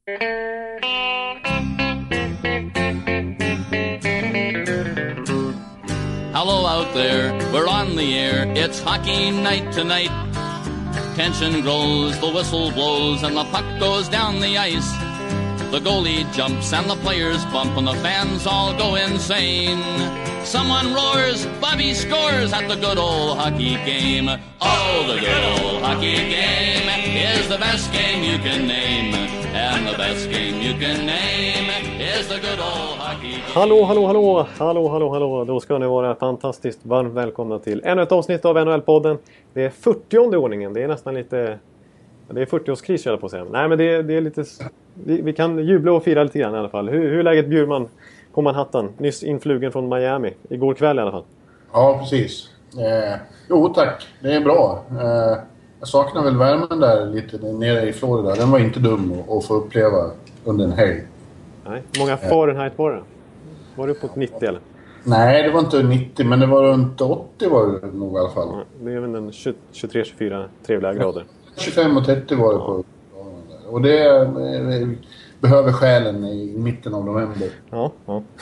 Hello out there, we're on the air, it's hockey night tonight. Tension grows, the whistle blows, and the puck goes down the ice. The goalie jumps and the players bump and the fans all go insane. Someone roars, Bobby scores at the good old hockey game. Oh, the good old hockey game is the best game you can name. And the best game you can name is the good old hockey game. Hallå. Då ska ni vara fantastiskt varmt välkomna till ännu ett avsnitt av NHL-podden. Det är 40:e ordningen, det är nästan lite... Det är 40-årskris jag på att säga. Nej, men det är lite... Vi kan jubla och fira lite grann i alla fall. Hur är läget Bjurman på Manhattan? Nyss influgen från Miami. Igår kväll i alla fall. Ja, precis. Jo tack, det är bra. Jag saknar väl värmen där lite nere i Florida. Den var inte dum att få uppleva under en helg. Nej, hur många Fahrenheit var det? Var det uppåt 90 eller? Nej, det var inte 90, men det var runt 80 var det nog i alla fall. Ja, det är väl en 23-24 trevliga grader. 25 och 30 var det på. Och det behöver själen i mitten av november. Ja.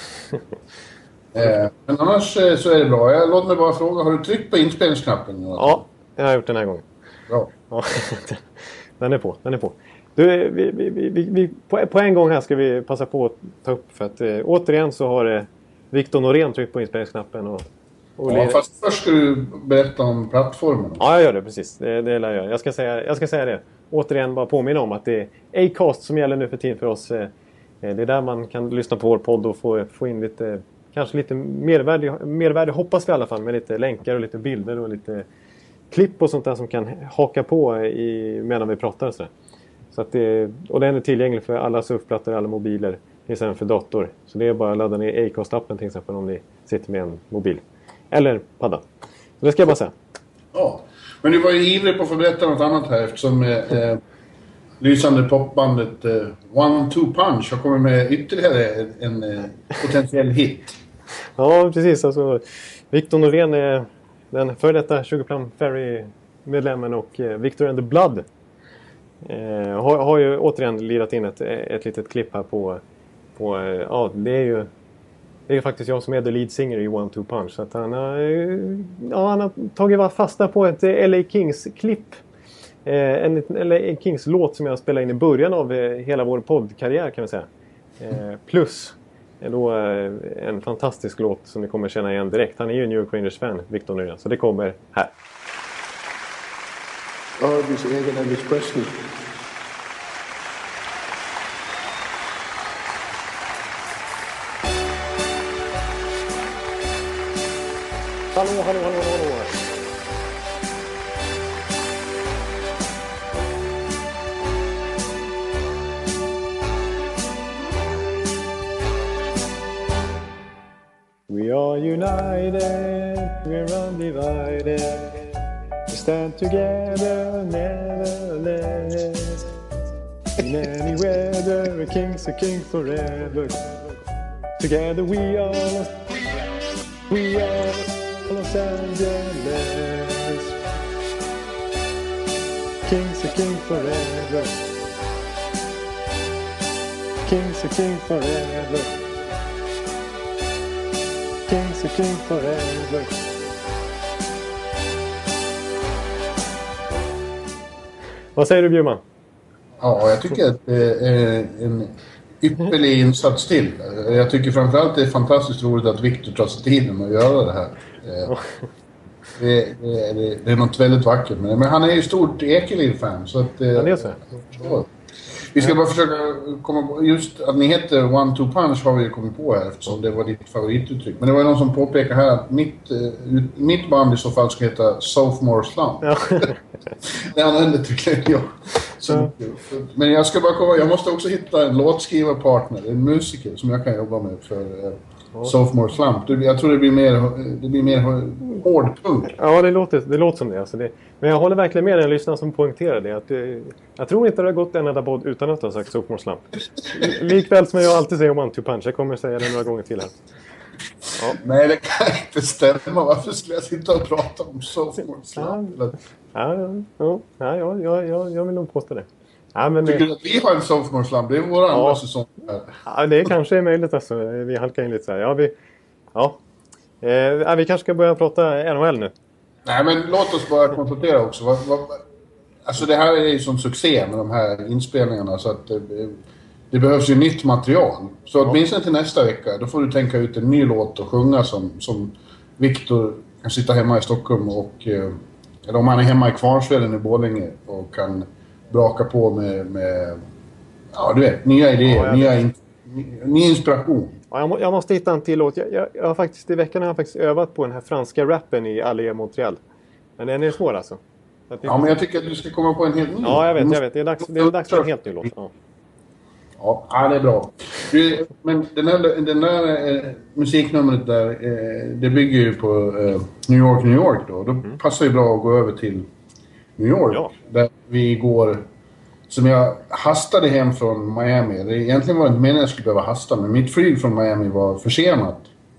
Men annars så är det bra. Låt mig bara fråga, har du tryckt på inspelningsknappen? Ja, jag har gjort den här gången. Bra. Ja, den är på. Du, vi på en gång här ska vi passa på att ta upp för att återigen så har Victor Norén tryckt på inspelningsknappen ja, fast först ska du berätta om plattformen. Ja, jag gör det precis. Det lär jag göra. Jag ska säga det. Återigen bara påminna om att det är Acast som gäller nu för tiden för oss. Det är där man kan lyssna på vår podd och få in lite, kanske lite mervärde hoppas vi i alla fall, med lite länkar och lite bilder och lite klipp och sånt där som kan haka på medan vi pratar och sådär. Så att och den är tillgänglig för alla surfplattor, alla mobiler, finns även för dator. Så det är bara att ladda ner Acast-appen till exempel om ni sitter med en mobil. Eller padda. Så det ska jag bara säga. Ja, men du var ju ivrig på att få berätta något annat här eftersom lysande popbandet 1-2 Punch har kommit med ytterligare en potentiell hit. Ja, precis. Alltså, Victor Norén är den före detta Sugarplum Fairy-medlemmen och Victor and the Blood har ju återigen lirat in ett litet klipp här på ja, det är ju faktiskt jag som är the lead singer i 1-2 Punch. Så att han har tagit fasta på ett LA Kings-klipp. En LA Kings-låt som jag spelade in i början av hela vår poddkarriär kan vi säga. Plus då en fantastisk låt som ni kommer känna igen direkt. Han är ju en New York Rangers-fan, Victor Norén. Så det kommer här. Elvis egen Elvis Presley. Hallå. We are united, we're undivided. We stand together, never less. In any weather, a king's a king forever. Together we are Los Angeles. King's a king forever. King's a king forever. King's a king forever. Vad säger du Bjurman? Ja, jag tycker att det är en ypperlig insats till. Jag tycker framförallt det är fantastiskt roligt att Victor tar sig tiden att göra det här. Det är något väldigt vackert. Men han är ju stort Ekeliv-fan. Så att, ja, det är så. Vi ska bara försöka komma på, just att ni heter 1-2 Punch har vi ju kommit på här eftersom det var ditt favorituttryck. Men det var ju någon som påpekar här att mitt band i så fall ska heta Sophomore Slump. Ja. Det använder tycker jag. Så, men jag ska bara komma, jag måste också hitta en låtskrivarpartner, en musiker som jag kan jobba med för Sophomore Slump. Jag tror det blir mer hård punkt. Ja, det låter som det. Alltså men jag håller verkligen med den lyssnaren som poängterar det. Att jag tror inte det har gått en enda podd utan att ha sagt Sophomore Slump. Likväl som jag alltid säger om 1-2 Punch. Jag kommer säga det några gånger till här. Ja. Nej, det kan inte stämma. Varför skulle jag sitta och prata om Sophomore Slump? Ja, jag vill nog påstå det. Ja, men Tycker du att vi har en sophomore slump? Det är vår andra säsong. Ja, det kanske är möjligt alltså. Vi halkar in lite så här. Vi kanske ska börja prata NHL nu. Nej, men låt oss bara konstatera också. Alltså det här är ju som succé med de här inspelningarna. Så att det behövs ju nytt material. Så åtminstone till nästa vecka, då får du tänka ut en ny låt och sjunga som Victor kan sitta hemma i Stockholm och... Eller om han är hemma i Kvarnsveden i Borlänge och kan braka på med ja, du vet, nya idéer, ny inspiration. Ja, jag måste hitta en till låt. Jag har faktiskt, i veckan har jag faktiskt övat på den här franska rappen i Allé Montreal. Men den är svår alltså. Ja, men jag tycker att du ska komma på en helt ny. Ja, jag vet. Det är dags för en helt ny låt. Ja, det är bra. Men den där musiknumret där, det bygger ju på New York då. Då passar ju bra att gå över till New York. Ja. Där vi går, som jag hastade hem från Miami. Det egentligen var det inte meningen att jag skulle behöva hasta, men mitt flyg från Miami var försenat.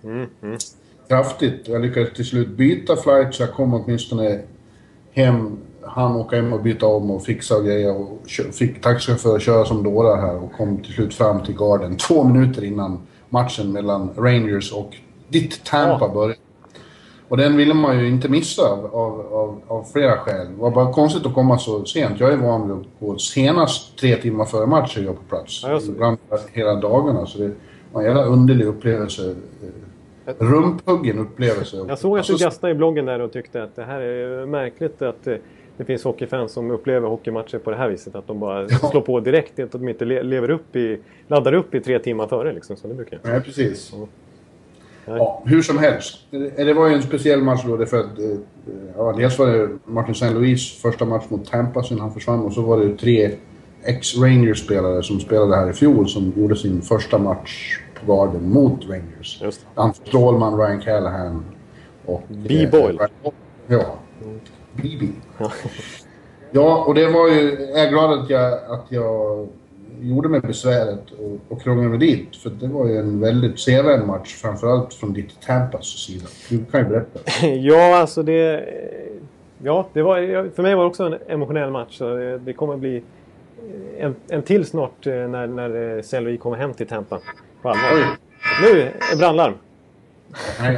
Kraftigt. Jag lyckades till slut byta flight så jag kom åtminstone hem. Han åka hem och byta om och fixa och grejer och fick taxichaufför köra som dårar här och kom till slut fram till Garden 2 minuter innan matchen mellan Rangers och ditt Tampa började. Och den ville man ju inte missa av flera skäl. Det var bara konstigt att komma så sent. Jag är van vid att gå senast 3 timmar före matchen jag på plats. Ibland hela dagarna, så det var en jävla underlig upplevelse. Rumphuggen upplevelse. Jag såg att du gastade i bloggen där och tyckte att det här är märkligt att det finns hockeyfans som upplever hockeymatcher på det här viset. Att de bara slår på direkt, att de inte laddar upp i 3 timmar före liksom, så det brukar jag. Nej, precis. Ja, hur som helst. Det var ju en speciell match då, för att dels var det Martin St. Louis första match mot Tampa sen han försvann, och så var det 3 ex-Rangers-spelare som spelade här i fjol som gjorde sin första match på Garden mot Rangers. Just det. Anton Strålman, Ryan Callahan och... B-Boyle. Ja, BB. Ja, och det var ju... Jag är glad att jag gjorde mig besväret och krånglade mig dit. För det var ju en väldigt sevärd match, framförallt från ditt Tampas sida. Du kan ju berätta. Ja, alltså det... Ja, det var, för mig var det också en emotionell match. Så det kommer att bli en till snart när Selvi kommer hem till Tampa. På allvar. Oj. Nu är brandlarm. Nej,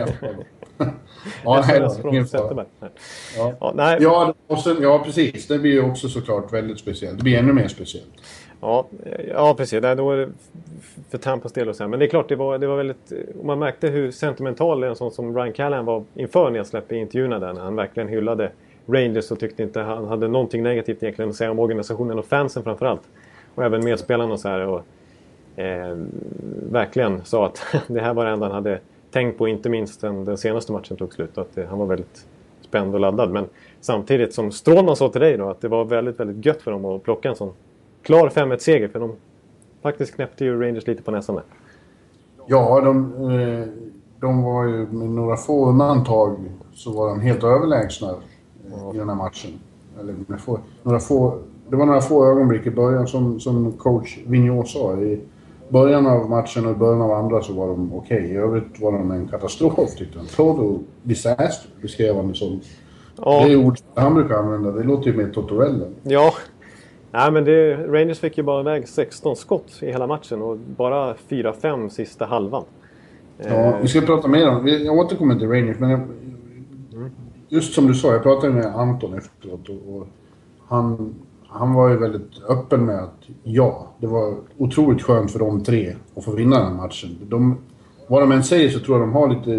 ja, precis. Det blir ju också såklart väldigt speciellt. Det blir ännu mer speciellt. Ja, precis. Det är då för Tampas del och så här. Men det är klart, det var väldigt... Man märkte hur sentimental en sån som Ryan Callahan var inför nedsläpp i intervjuerna där. När han verkligen hyllade Rangers och tyckte inte han hade någonting negativt egentligen att säga om organisationen och fansen framförallt. Och även medspelarna och så här. Och verkligen sa att det här var det enda han hade tänkt på, inte minst den senaste matchen tog slut. Att han var väldigt spänd och laddad. Men samtidigt som Strålman sa till dig då, att det var väldigt, väldigt gött för dem att plocka en sån klar 5-1-seger. För de faktiskt knäppte ju Rangers lite på näsan där. Ja, de var ju med några få undantag så var de helt överlägsna i den här matchen. Eller det var några få ögonblick i början som coach Vigneault sa. I början av matchen och i början av andra så var de okej. I övrigt var de en katastrof, tyckte han. Total disaster beskrev han det som. Ja. Det är ord han brukar använda. Det låter ju mer Tortorella. Ja. Nej, men Rangers fick ju bara iväg 16 skott i hela matchen och bara 4-5 sista halvan. Ja, vi ska prata mer om... Jag återkommer till Rangers, men just som du sa, jag pratade med Anton efteråt och han var ju väldigt öppen med att det var otroligt skönt för de 3 att få vinna den matchen. Vad de än säger så tror jag de har lite...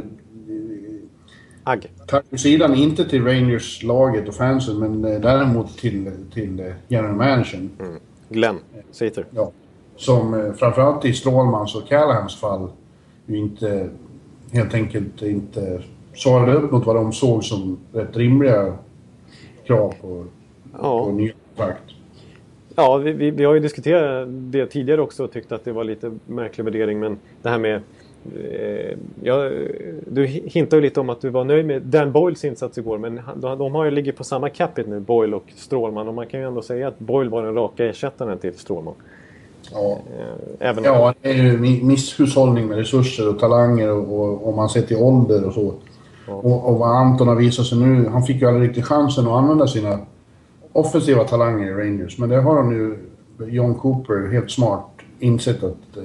Tack för sidan, inte till Rangers-laget och fansen, men däremot till general managern. Glenn Sater. Ja, som framförallt i Strålmans och Callahans fall ju inte, helt enkelt inte svarade upp mot vad de såg som rätt rimliga krav på nya kontrakt. Ja, vi har ju diskuterat det tidigare också och tyckt att det var lite märklig värdering, men det här med du hintar ju lite om att du var nöjd med Dan Boyles insats igår, men de har ju ligger på samma capita nu, Boyle och Strålman, och man kan ju ändå säga att Boyle var den raka ersättaren till Strålman. Ja, det är ju misshushållning med resurser och talanger och om man ser till ålder och så. Ja. Och vad Anton har visat sig nu, han fick ju aldrig riktigt chansen att använda sina offensiva talanger i Rangers, men det har han ju John Cooper helt smart insett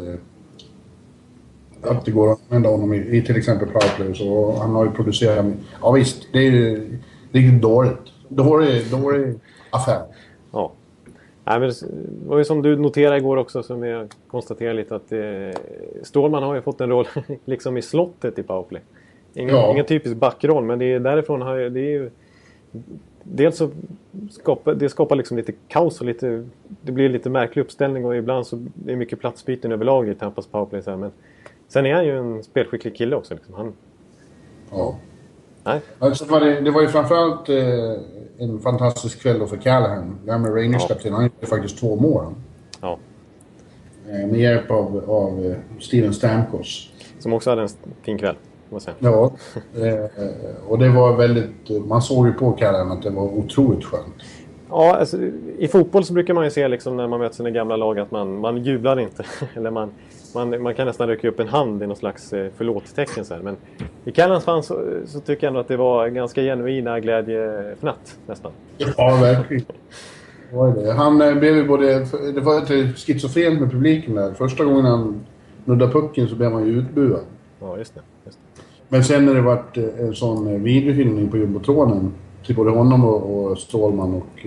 att det går att använda honom i till exempel powerplay. Så han har ju producerat... Ja visst, det är ju riktigt dåligt. Dålig affär. Ja. Nej, men det var ju som du noterade igår också, som jag konstaterade lite, att Stålman har ju fått en roll liksom i slottet i powerplay. Ingen typisk backroll, men det är därifrån det är ju... Dels så skapar liksom lite kaos och det blir lite märklig uppställning, och ibland så är det mycket platsbyten överlag i Tampas powerplay så här, men sen är han ju en spelskicklig kille också liksom. Ja. Nej. Alltså, det var ju framförallt en fantastisk kväll då för Callahan. Gamla Rangers-kapten. Han gjorde faktiskt 2 mål. Ja. Med hjälp av Steven Stamkos. Som också hade en fin kväll. Ja, och det var väldigt... Man såg ju på Callahan att det var otroligt skönt. Ja, alltså, i fotboll så brukar man ju se liksom, när man möter sina gamla lag, att man jublar inte. Eller man kan nästan rycka upp en hand i någon slags förlåttecken så här. Men i Callahans fall så tycker jag ändå att det var ganska genuina glädjefnatt nästan. Ja, verkligen. Han blev ju det var ett schizofrent med publiken där. Första gången han nuddade pucken så blev han ju utbuad. Ja, just det. Men sen när det varit en sån videohyllning på jumbotronen till både honom och Stålman och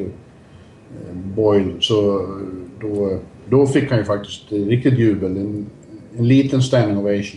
Boyle, så då fick han ju faktiskt riktigt jubel. En liten standing ovation.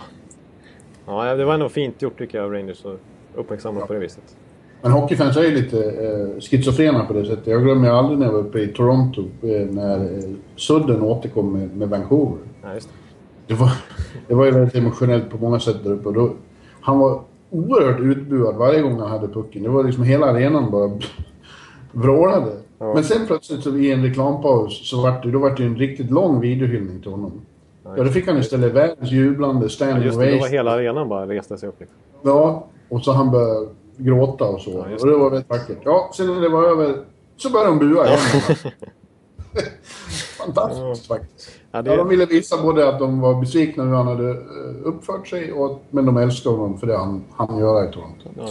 Ja, det var ändå fint gjort tycker jag av Rangers att uppmärksamma på det viset. Men hockeyfans är ju lite schizofrena på det sättet. Jag glömmer aldrig när jag var uppe i Toronto när Sudden återkom med Vancouver. Ja, just det. Det var ju väldigt emotionellt på många sätt där uppe. Han var oerhört utbuad varje gång han hade pucken. Det var liksom hela arenan bara vrålade. Ja. Men sen plötsligt så i en reklampaus så var det en riktigt lång videohyllning till honom. Ja, då fick han istället världens jublande standing ovation. Då var hela arenan bara reste sig upp. Liksom. Ja, och så han började gråta och så. Ja, och det var väldigt vackert. Ja, sen när det var över så började de bua igen. Fantastiskt faktiskt. Ja, de ville visa både att de var besvikna hur han hade uppfört sig, men de älskade honom för det han gör i Toronto.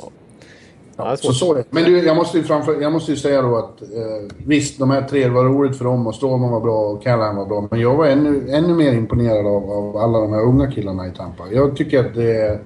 Så det. Men du, jag måste ju säga då att visst, de här 3 var roligt för dem och Stålman var bra och Callahan var bra, men jag var ännu mer imponerad av alla de här unga killarna i Tampa. Jag tycker att det är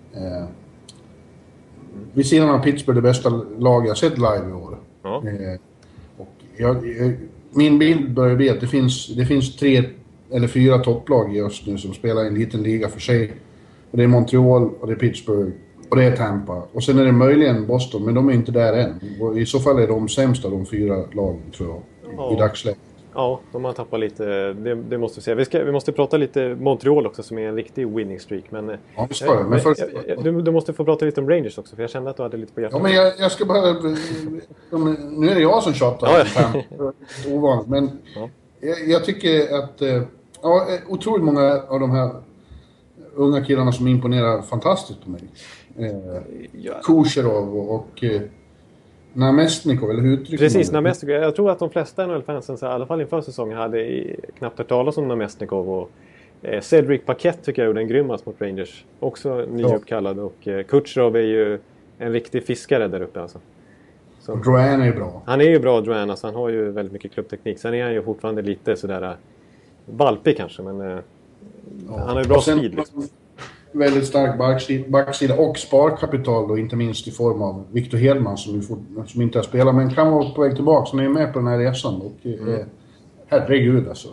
vid sidan av Pittsburgh det bästa lag jag sett live i år. Ja. Och min bild börjar bli att det finns 3 eller 4 topplag just nu som spelar i en liten liga för sig. Och det är Montreal och det är Pittsburgh och det är Tampa. Och sen är det möjligen Boston, men de är inte där än. Och i så fall är de sämsta de 4 lagen, tror jag, i dagsläget. Ja, de har tappat lite, det måste vi säga. Vi måste prata lite Montreal också, som är en riktig winning streak. Men, ja, vi ska det. Men först... du måste få prata lite om Rangers också, för jag kände att du hade lite på hjärtat. Ja, men jag ska bara... Nu är det jag som tjatar. Ja. Ovanligt, men jag tycker att otroligt många av de här unga killarna som imponerar fantastiskt på mig. Kucherov och Namestnikov, eller hur uttrycker man det? Precis, Namestnikov. Jag tror att de flesta NHL-fansen, i alla fall inför säsongen, hade knappt hört talas om Namestnikov. Och Cedric Paquette tycker jag gjorde en grym match mot Rangers. Också nyuppkallad. Och Kucherov är ju en riktig fiskare där uppe alltså. Så, Drouin är ju bra. Han är ju bra, Drouin. Alltså, han har ju väldigt mycket klubbteknik. Sen är han ju fortfarande lite sådär valpig kanske, men han har ju bra speed liksom. Väldigt stark backsida och sparkapital då, inte minst i form av Victor Hedman som inte har spelat men kan vara på väg tillbaka, så han är med på den här resan och herregud alltså.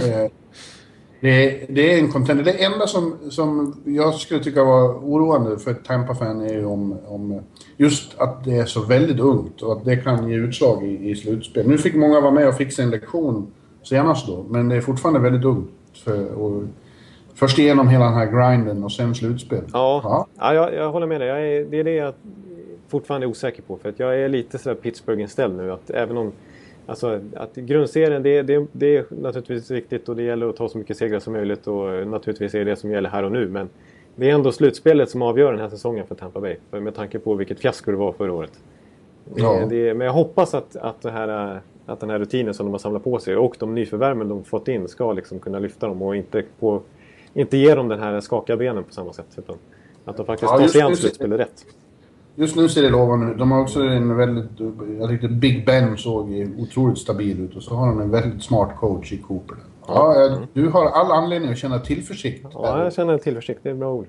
Det är en contender. Det enda som jag skulle tycka var oroande för ett Tampa-fan är ju om just att det är så väldigt ungt och att det kan ge utslag i slutspel. Nu fick många vara med och fixa en lektion senast då, men det är fortfarande väldigt ungt först igenom hela den här grinden och sen slutspel. Ja, jag håller med dig. Det är det jag fortfarande är osäker på. För att jag är lite sådär Pittsburgh-inställd nu. Att även om... Alltså, att grundserien, det är naturligtvis viktigt och det gäller att ta så mycket segrar som möjligt. Och naturligtvis är det som gäller här och nu. Men det är ändå slutspelet som avgör den här säsongen för Tampa Bay. För med tanke på vilket fiasko det var förra året. Men jag hoppas att den här rutinen som de har samlat på sig och de nyförvärven de fått in ska liksom kunna lyfta dem och inte ge dem den här skaka benen på samma sätt. Utan att de faktiskt tar sig an slutspelet rätt. Just nu ser det lovande ut. De har också en väldigt... Jag tyckte Big Ben såg otroligt stabil ut. Och så har de en väldigt smart coach i Cooper. Ja, du har all anledning att känna tillförsikt. Ja, jag känner tillförsikt. Det är bra ord.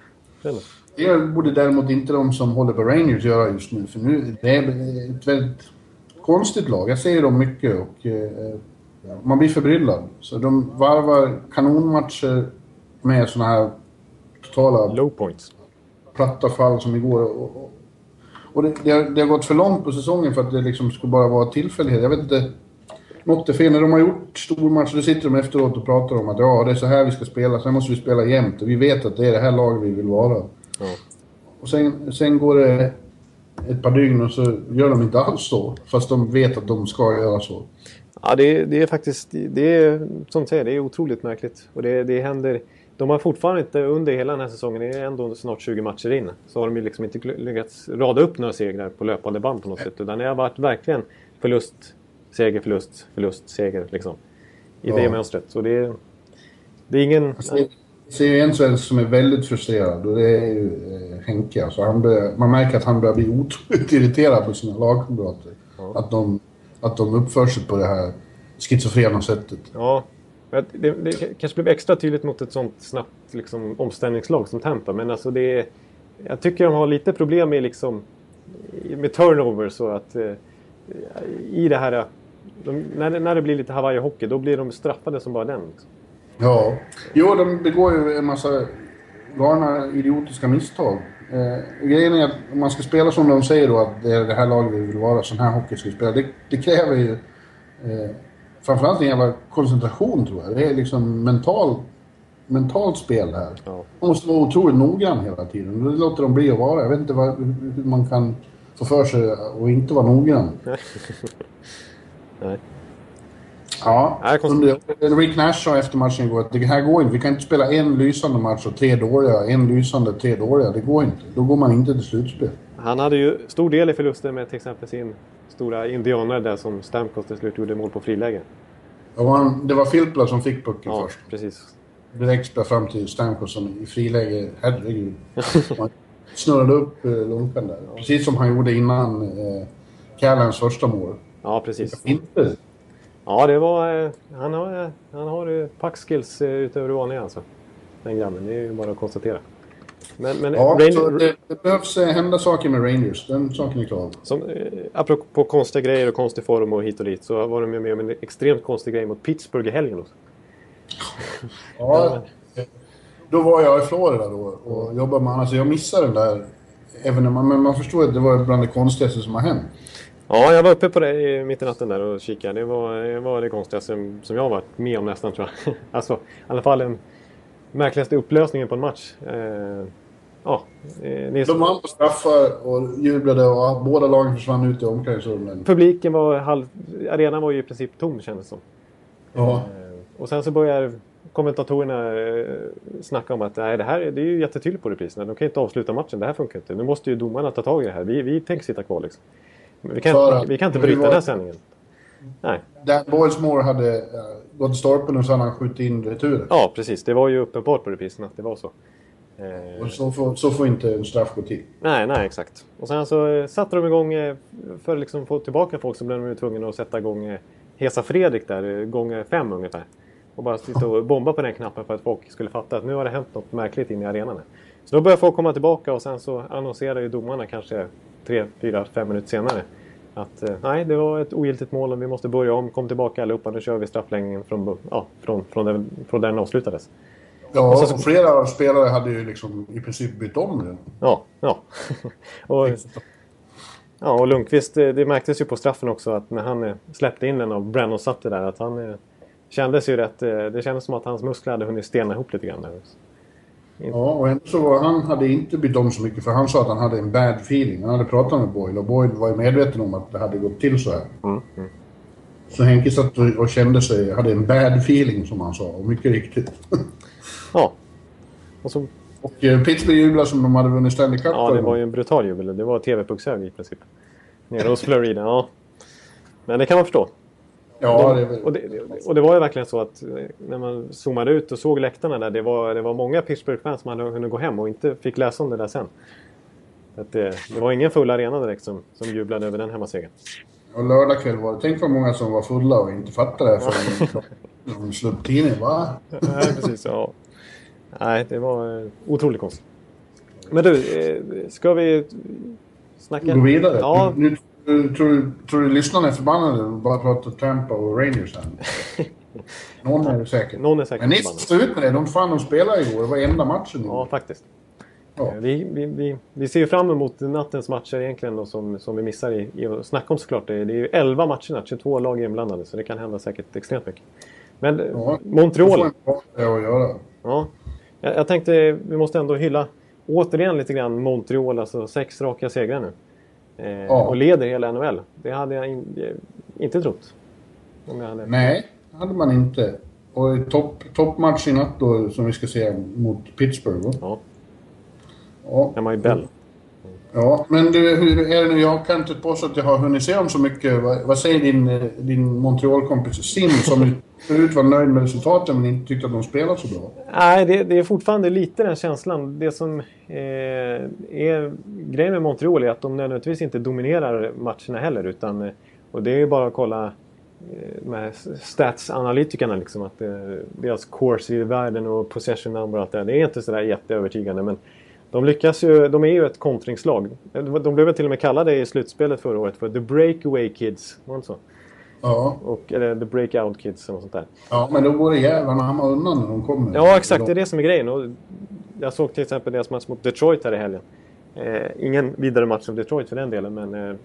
Det borde däremot inte de som håller på Rangers göra just nu. För nu det är ett väldigt konstigt lag. Jag ser dem mycket och man blir förbryllad. Så de varvar kanonmatcher med såna här totala... Low points. Platta fall som igår. Och det har gått för långt på säsongen för att det liksom skulle bara vara tillfällighet. Jag vet inte... Något är fel. När de har gjort stor match så sitter de efteråt och pratar om att ja, det är så här vi ska spela. Sen måste vi spela jämnt. Och vi vet att det är det här laget vi vill vara. Ja. Och sen går det ett par dygn och så gör de inte alls så. Fast de vet att de ska göra så. Ja, det är faktiskt... Det är, som du säger, det är otroligt märkligt. Och det händer... De har fortfarande inte under hela den här säsongen, det är ändå snart 20 matcher in, så har de ju liksom inte lyckats rada upp några segrar på löpande band på något sätt. Utan det har varit verkligen förlust, seger, förlust, förlust, seger liksom. I det mönstret. Så det är ingen... Jag ser en svensk som är väldigt frustrerad och det är ju Henke. Alltså man märker att han börjar bli otroligt irriterad på sina lagkamrater. Ja. Att de uppför sig på det här schizofrena sättet. Ja. Det kanske blev extra tydligt mot ett sånt snabbt liksom, omställningslag som Tampa. Men alltså jag tycker de har lite problem med, liksom, med turnover. Så att i det här... när det blir lite Hawaii-hockey, då blir de straffade som bara den. Liksom. Ja. Jo, de begår ju en massa galna idiotiska misstag. Grejen är att om man ska spela som de säger då, att det är det här laget vi vill vara, sån här hockey ska vi spela. Det kräver ju... framförallt en jävla koncentration tror jag. Det är liksom mentalt spel här. Ja. Man måste vara otroligt noggrann hela tiden. Det låter de bli att vara. Jag vet inte hur man kan få för sig och inte vara noggrann. Nej. Ja, Rick Nash sa efter matchen igår att det här går inte. Vi kan inte spela en lysande match och 3 dåliga. En lysande, 3 dåliga. Det går inte. Då går man inte till slutspel. Han hade ju stor del i förlusten med till exempel sin stora indianer där som Stamkos till slut gjorde mål på friläge. Det var Filppula som fick pucken först. Precis. Direkt spelade fram till Stamkos som i friläge, herregud. Man snurrade upp lunkan där. Precis som han gjorde innan Callans första mål. Ja, precis. Inte. Ja, det var... Han har packskills utöver det vanliga alltså. Den grabben, det är ju bara att konstatera. Men ja, det behövs hända saker med Rangers. Den saken är klar. Apropå konstiga grejer och konstig form och hit och dit, så var de med om en extremt konstig grej mot Pittsburgh i helgen också. Ja, då var jag i Florida då och jobbade med alltså jag missade den där evenemanget, men man förstår att det var bland det konstigaste som har hänt. Ja, jag var uppe på det mitt i natten där och kikade. Det var det konstigaste som jag har varit med om nästan, tror jag. Alltså, i alla fall den märkligaste upplösningen på en match. De vann på straffar och jublade och båda lagen försvann ut i omklädningsrummet. Publiken arenan var ju i princip tom, kändes som. Ja. Och sen så börjar kommentatorerna snacka om att det är ju jättetydligt på repriserna. De kan inte avsluta matchen, det här funkar inte. Nu måste ju domarna ta tag i det här. Vi tänker sitta kvar liksom. Vi kan inte bryta den här sändningen. Nej. Dan Boylsmore hade gått i stolpen och så hade han skjutit in returer. Ja, precis. Det var ju uppenbart på repriserna att det var så. Och så får inte en straff gå till. Nej, exakt. Och sen så satte de igång för att liksom få tillbaka folk, så blev de ju tvungna att sätta igång Hesa Fredrik där, gånger 5 ungefär. Och bara sitta och bomba på den knappen för att folk skulle fatta att nu har det hänt något märkligt in i arenan. Så då börjar folk komma tillbaka och sen så annonserar ju domarna kanske 3, 4, 5 minuter senare att nej, det var ett ogiltigt mål och vi måste börja om, kom tillbaka allihopa, nu kör vi straffläggningen från där den avslutades. Ja, och flera spelare hade ju liksom i princip bytt om den. Ja. och Lundqvist, det märktes ju på straffen också att när han släppte in den och Brennan satte där, att han kändes ju rätt, det kändes som att hans muskler hade hunnit stena ihop lite grann där. Ja, och ändå så var han hade inte bytt om så mycket, för han sa att han hade en bad feeling. Han hade pratat med Boyle och Boyle var ju medveten om att det hade gått till så här. Så Henke satt och kände sig, hade en bad feeling som han sa, och mycket riktigt. Ja. Och Pittsburgh jublade som de hade vunnit Stanley Cup. Ja, det var ju en brutal jubel. Det var TV-puckshög i princip. Nere hos Florida, ja. Men det kan man förstå. Ja, och det var ju verkligen så att när man zoomade ut och såg läktarna där, det var många Pittsburgh-fans som hade hunnit gå hem och inte fick läsa om det där sen. Att det var ingen full arena direkt som jublade över den hemmasegern. Och lördag kväll var det. Tänk vad många som var fulla och inte fattade det förrän de slog upp tidningen, va? Nej, precis. Ja. Nej, det var otroligt konstigt. Men du, ska vi snacka? Gå vidare. Ja. Nu, tror du lyssnarna är förbannade och bara pratar Tampa och Rangers här? Någon är säkert. Någon är säkert Men ni förbannad. stod ut med det. De spelade igår. Det var enda matchen igår. Ja, faktiskt. Ja. Vi ser ju fram emot nattens matcher egentligen då, som vi missar i att snacka om såklart. Det är ju 11 matcherna, 22 lag är inblandade, så det kan hända säkert extremt mycket. Men Montreal... Det får en att göra. Ja, jag tänkte vi måste ändå hylla återigen lite grann Montreal, alltså 6 raka segrar nu. Och leder hela NHL. Det hade jag inte trott. Om jag hade... Nej, det hade man inte. Och toppmatch i natt då, som vi ska se mot Pittsburgh. Ja. Ja. Hemma i Bell. Ja, men du, hur är det nu? Jag kan inte påstå att jag har hunnit se dem så mycket. Vad säger din Montreal-kompis Sim, som förut var nöjd med resultaten men inte tyckte att de spelade så bra? Nej, det är fortfarande lite den känslan. Det som är grejen med Montreal är att de nödvändigtvis inte dominerar matcherna heller. Utan, och det är ju bara att kolla med stats-analytikerna liksom, att deras course i världen och possession number och allt det där. Det är inte sådär jätteövertygande, men de lyckas ju, de är ju ett kontringslag. De blev till och med kallade i slutspelet förra året för The Breakaway Kids, var det så? Ja. Eller The Breakout Kids eller sånt där. Ja, men då går det jävlarna hamma undan när de kommer. Ja, exakt. Det är det som är grejen. Och jag såg till exempel deras match mot Detroit här i helgen. Ingen vidare match av Detroit för den delen, men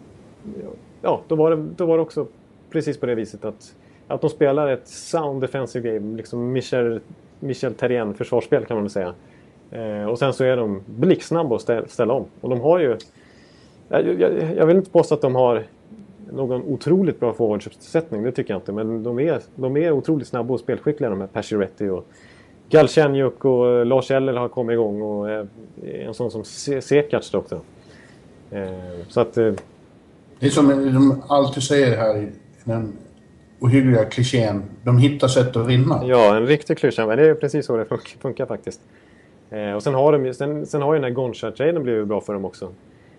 ja, då var det också precis på det viset att de spelar ett sound defensive game, liksom Michel Therrien försvarsspel kan man väl säga. Och sen så är de blixtsnabba att ställa om. Och de har ju... Jag vill inte påstå att de har någon otroligt bra forwardsuppsättning, det tycker jag inte. Men de är otroligt snabba och spelskickliga, de här Pacioretty och Galchenyuk och Lars Eller har kommit igång och en sån som Sekac också. Så att... Det är som de alltid säger här i den ohyggliga klichén. De hittar sätt att vinna. Ja, en riktig klyscha. Men det är precis så det funkar faktiskt. Och sen har ju den här Gonchar-traden blivit bra för dem också.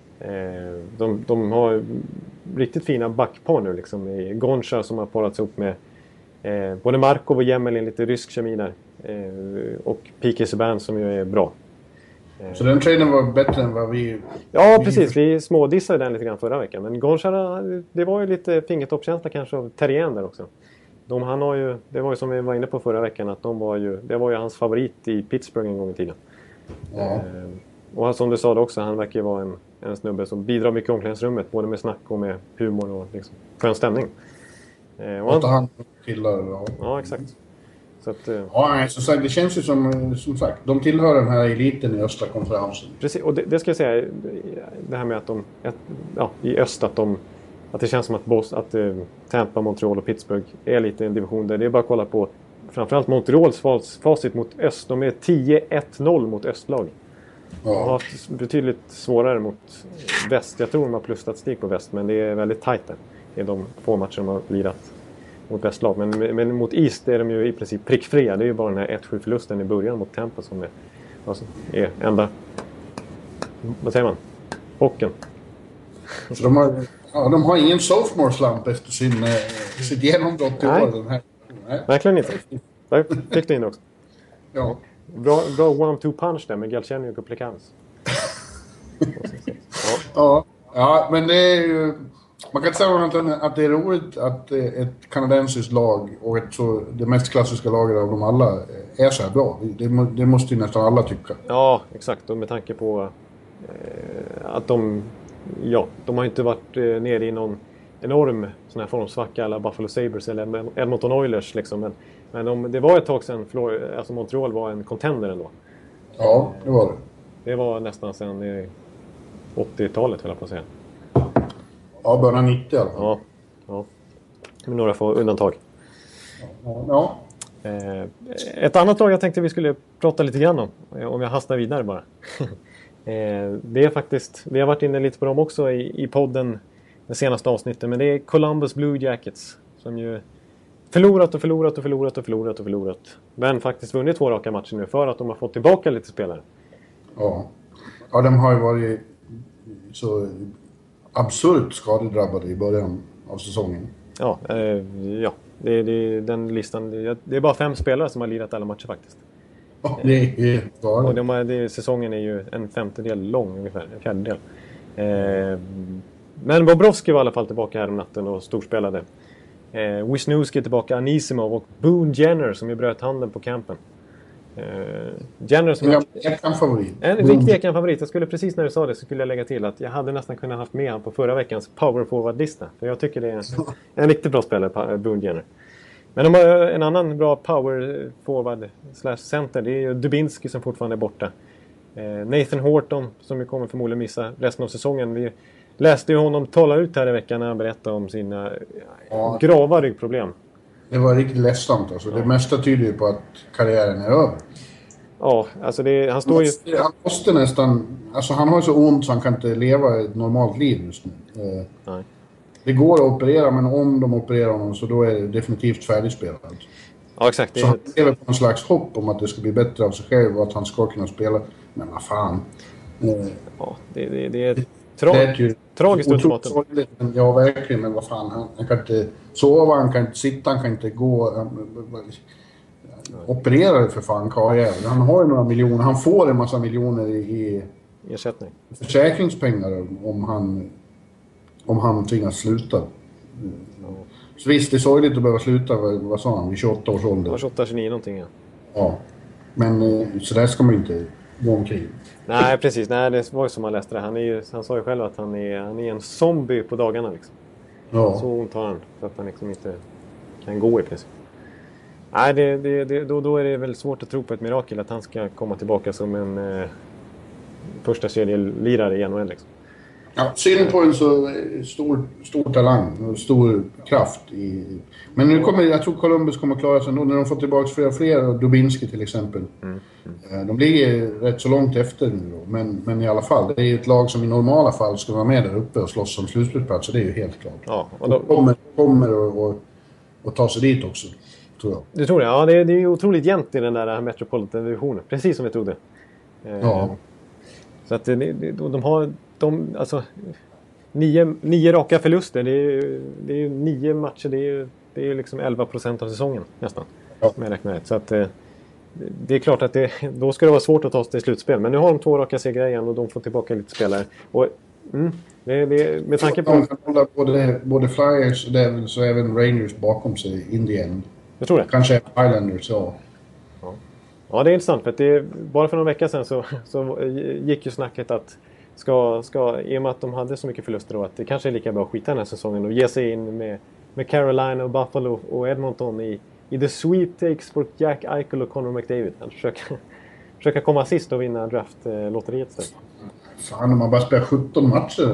De har riktigt fina backpar nu liksom. Gonchar som har parats upp med både Markov och Jemelin, lite rysk kemi där. Och P.K. Subban som ju är bra. Så den traden var bättre än vad vi... Ja, precis. Vi smådissade den lite grann förra veckan. Men Gonchar, det var ju lite fingertoppkänsla kanske av Therrien där också. Det var ju som vi var inne på förra veckan, att det var ju hans favorit i Pittsburgh en gång i tiden. Ja. Och som du sa det också, han verkar ju vara en snubbe som bidrar mycket i omklädningsrummet, både med snack och med humor och liksom skön stämning. Och han killar. Ja, exakt. Så att, ja, som sagt, det känns ju som sagt, de tillhör den här eliten i östra konferensen. Precis, och det ska jag säga, det här med att i öst att det känns som att Tampa, Montreal och Pittsburgh är lite en division där. Det är bara att kolla på framförallt Montreals facit mot öst. De är 10-1-0 mot östlag. Ja. De har haft betydligt svårare mot väst. Jag tror de har plusstatistik på väst, men det är väldigt tajt där. Det är de få matcher de har lirat mot västlag. Men mot East är de ju i princip prickfria. Det är ju bara den här 1-7-förlusten i början mot Tampa som är enda... Vad säger man? Hocken. Så de har ingen sophomore slump efter sitt genombrott i år. Den här. Nej. Verkligen inte. Där fick du in också. Ja. Bra 1-2 punch där med Galchenyuk och Plekanec. Ja, men det är ju... Man kan inte säga att det är roligt att ett kanadensiskt lag och det mest klassiska laget av dem alla är så här bra. Det måste ju nästan alla tycka. Ja, exakt. Och med tanke på att de har inte varit nere i någon enorm sån här formsvacka eller Buffalo Sabres eller Edmonton Oilers liksom. Men det var ett tag sedan Montreal var en contender ändå. Ja, det var det. Det var nästan sedan 80-talet höll jag på att säga. Ja, början 90 i alla fall. Ja. Med några få undantag. Ja. Ett annat lag jag tänkte vi skulle prata lite grann om jag hastar vidare bara. Det är faktiskt, vi har varit inne lite på dem också i podden det senaste avsnittet, men det är Columbus Blue Jackets som ju förlorat. Men faktiskt vunnit 2 raka matcher nu för att de har fått tillbaka lite spelare. Ja, de har ju varit så absurt skadedrabbade i början av säsongen. Ja, det är den listan. Det är bara 5 spelare som har lirat alla matcher faktiskt. Ja, det är och säsongen är ju en femtedel lång ungefär, en fjärdedel. Men Bobrovski var i alla fall tillbaka här om natten och storspelade. Wisniewski är tillbaka, Anisimov och Boone Jenner som ju bröt handen på campen. Jenner som en riktig Ekan-favorit. Jag skulle precis när du sa det så skulle jag lägga till att jag hade nästan kunnat haft med han på förra veckans power forward-lista. För jag tycker det är en riktigt bra spelare, Boone Jenner. Men de har en annan bra power forward /center. Det är ju Dubinsky som fortfarande är borta. Nathan Horton som ju kommer förmodligen missa resten av säsongen. Vi läste ju honom tala ut här i veckan när han berättade om sina grava ryggproblem. Det var riktigt ledsamt alltså. Det mesta tyder ju på att karriären är över. Ja, alltså han står ju... Han måste nästan... Alltså han har så ont så han kan inte leva ett normalt liv just nu. Nej. Det går att operera, men om de opererar honom så då är det definitivt färdigspelat. Ja, exakt. Så han lever på en slags hopp om att det ska bli bättre av sig själv och att han ska kunna spela. Men vad fan. Ja, det är tragiskt ultimatum. Ja, verkligen. Men vad fan. Han kan inte sova, han kan inte sitta, han kan inte gå. Operera för fan, karriär. Han har ju några miljoner. Han får en massa miljoner i ersättning. Försäkringspengar om han tvingas sluta. Så visst, det är sorgligt att behöva sluta, vad sa han, vid 28 års ålder. 28-29 någonting, ja. Ja, men så där ska man inte gå omkring. Nej, precis. Nej, det var ju som man läste det. Han sa ju själv att han är en zombie på dagarna liksom. Ja. Så ont har han, för att han liksom inte kan gå i princip. Nej, då är det väl svårt att tro på ett mirakel att han ska komma tillbaka som en första serielirare i NHL liksom. Ja, synd på en så stor talang och stor kraft. Men nu jag tror Columbus kommer att klara sig ändå när de får tillbaka fler och fler. Dubinsky till exempel. De ligger rätt så långt efter nu då. Men i alla fall, det är ju ett lag som i normala fall ska vara med där uppe och slåss som slutspelsplats. Så det är ju helt klart. Ja, och de kommer att ta sig dit också, tror jag. Det tror jag. Ja, det är ju otroligt jämnt i den där Metropolitan-divisionen. Precis som vi trodde. Ja. Så att de har... alltså 9 raka förluster, det är ju 9 matcher, det är ju liksom 11% av säsongen nästan. Ja. Med räknar rätt. Så att det är klart att då ska det vara svårt att ta sig till slutspel. Men nu har de 2 raka segrar igen och de får tillbaka lite spelare. Och det med tanke på... De kan hålla både Flyers och Devils och även Rangers bakom sig in the end. Jag tror det. Kanske Islanders, ja. Ja, det är intressant för att bara för några veckor sedan så gick ju snacket att ska i och med att de hade så mycket förluster då, att det kanske är lika bra att skita den här säsongen och ge sig in med Carolina och Buffalo och Edmonton i the sweepstakes för Jack Eichel och Connor McDavid. Att försöka komma sist och vinna draftlotteriet istället. Fan, man bara spelar 17 matcher.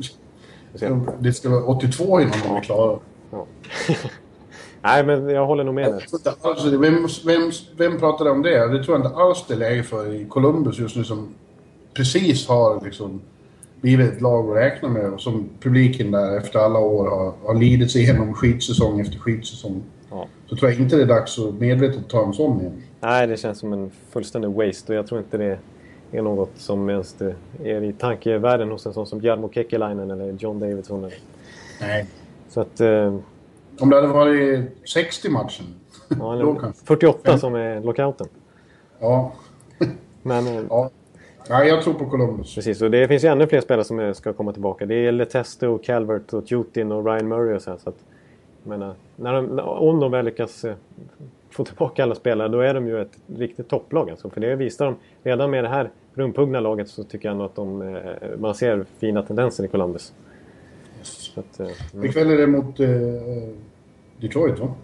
Det ska vara 82 innan de är klara. Ja. Nej, men jag håller nog med dig. Alltså, vem pratade om det? Det tror jag inte alls det är läge för i Columbus just nu som precis har liksom blivit ett lag att räkna med och som publiken där efter alla år har lidit sig igenom skitsäsong efter skitsäsong. Ja. Så tror jag inte det är dags att medvetet ta en sån igen. Nej, det känns som en fullständig waste och jag tror inte det är något som ens är i tankevärlden hos en sån som Jarmo Kekalainen eller John Davidson. Eller. Nej. Så att... om det hade varit 60 matchen. Ja, eller 48 som är lockouten. Ja. Men... Ja, jag tror på Columbus. Precis, och det finns ju ännu fler spelare som ska komma tillbaka. Det är Letesto, Calvert och Tutin och Ryan Murray och så här. Så att, jag menar, om de väl lyckas få tillbaka alla spelare, då är de ju ett riktigt topplag. Alltså. För det visar de redan med det här rumphuggna laget så tycker jag ändå att man ser fina tendenser i Columbus. Yes. Ikväll är det mot Detroit, va?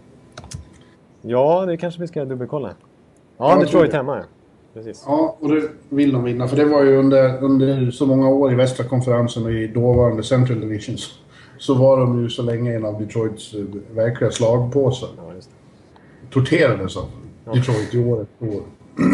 Ja, det kanske vi ska dubbelkolla. Ja, Detroit hemma, ja. Precis. Ja, och det vill de vinna. För det var ju under så många år i västra konferensen och i dåvarande Central Divisions så var de ju så länge en av Detroits verkliga slagpåsar. Ja, just det. Torterades av Detroit i år efter år.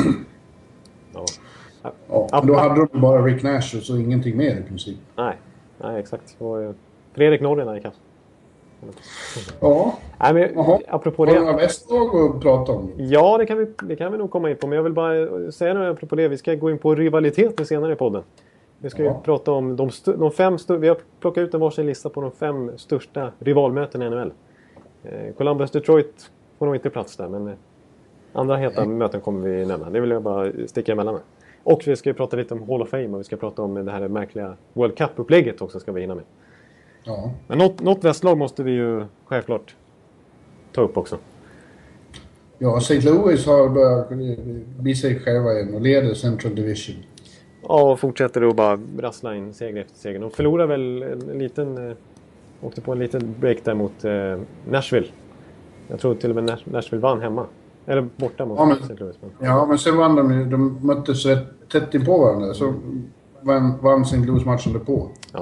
Ja, då hade de bara Rick Nash och så ingenting mer i princip. Nej exakt. Och Fredrik Norlin i kass. Ja. Nej, men, apropå det. Har du några västlag att prata om? Ja, det kan vi nog komma in på. Men jag vill bara säga något apropå det. Vi ska gå in på rivaliteten senare i podden. Vi ska ju prata om de 5 vi har plockat ut en varsin lista på de 5 största rivalmötena i NHL. Columbus Detroit får nog inte plats där, men andra heta möten kommer vi nämna. Det vill jag bara sticka emellan med. Och vi ska ju prata lite om Hall of Fame och vi ska prata om det här märkliga World Cup-upplägget också ska vi hinna med. Ja. Men något västlag måste vi ju självklart ta upp också. Ja, St. Louis har börjat bli sig själva igen och leder Central Division. Ja, och fortsätter då bara rassla in seger efter seger. De förlorar väl åkte på en liten break där mot Nashville. Jag tror till och med Nashville vann hemma. Eller borta mot St. Louis. Ja, men sen vann de möttes rätt tätt in på varandra. Så vann St. Louis matchen på. Ja.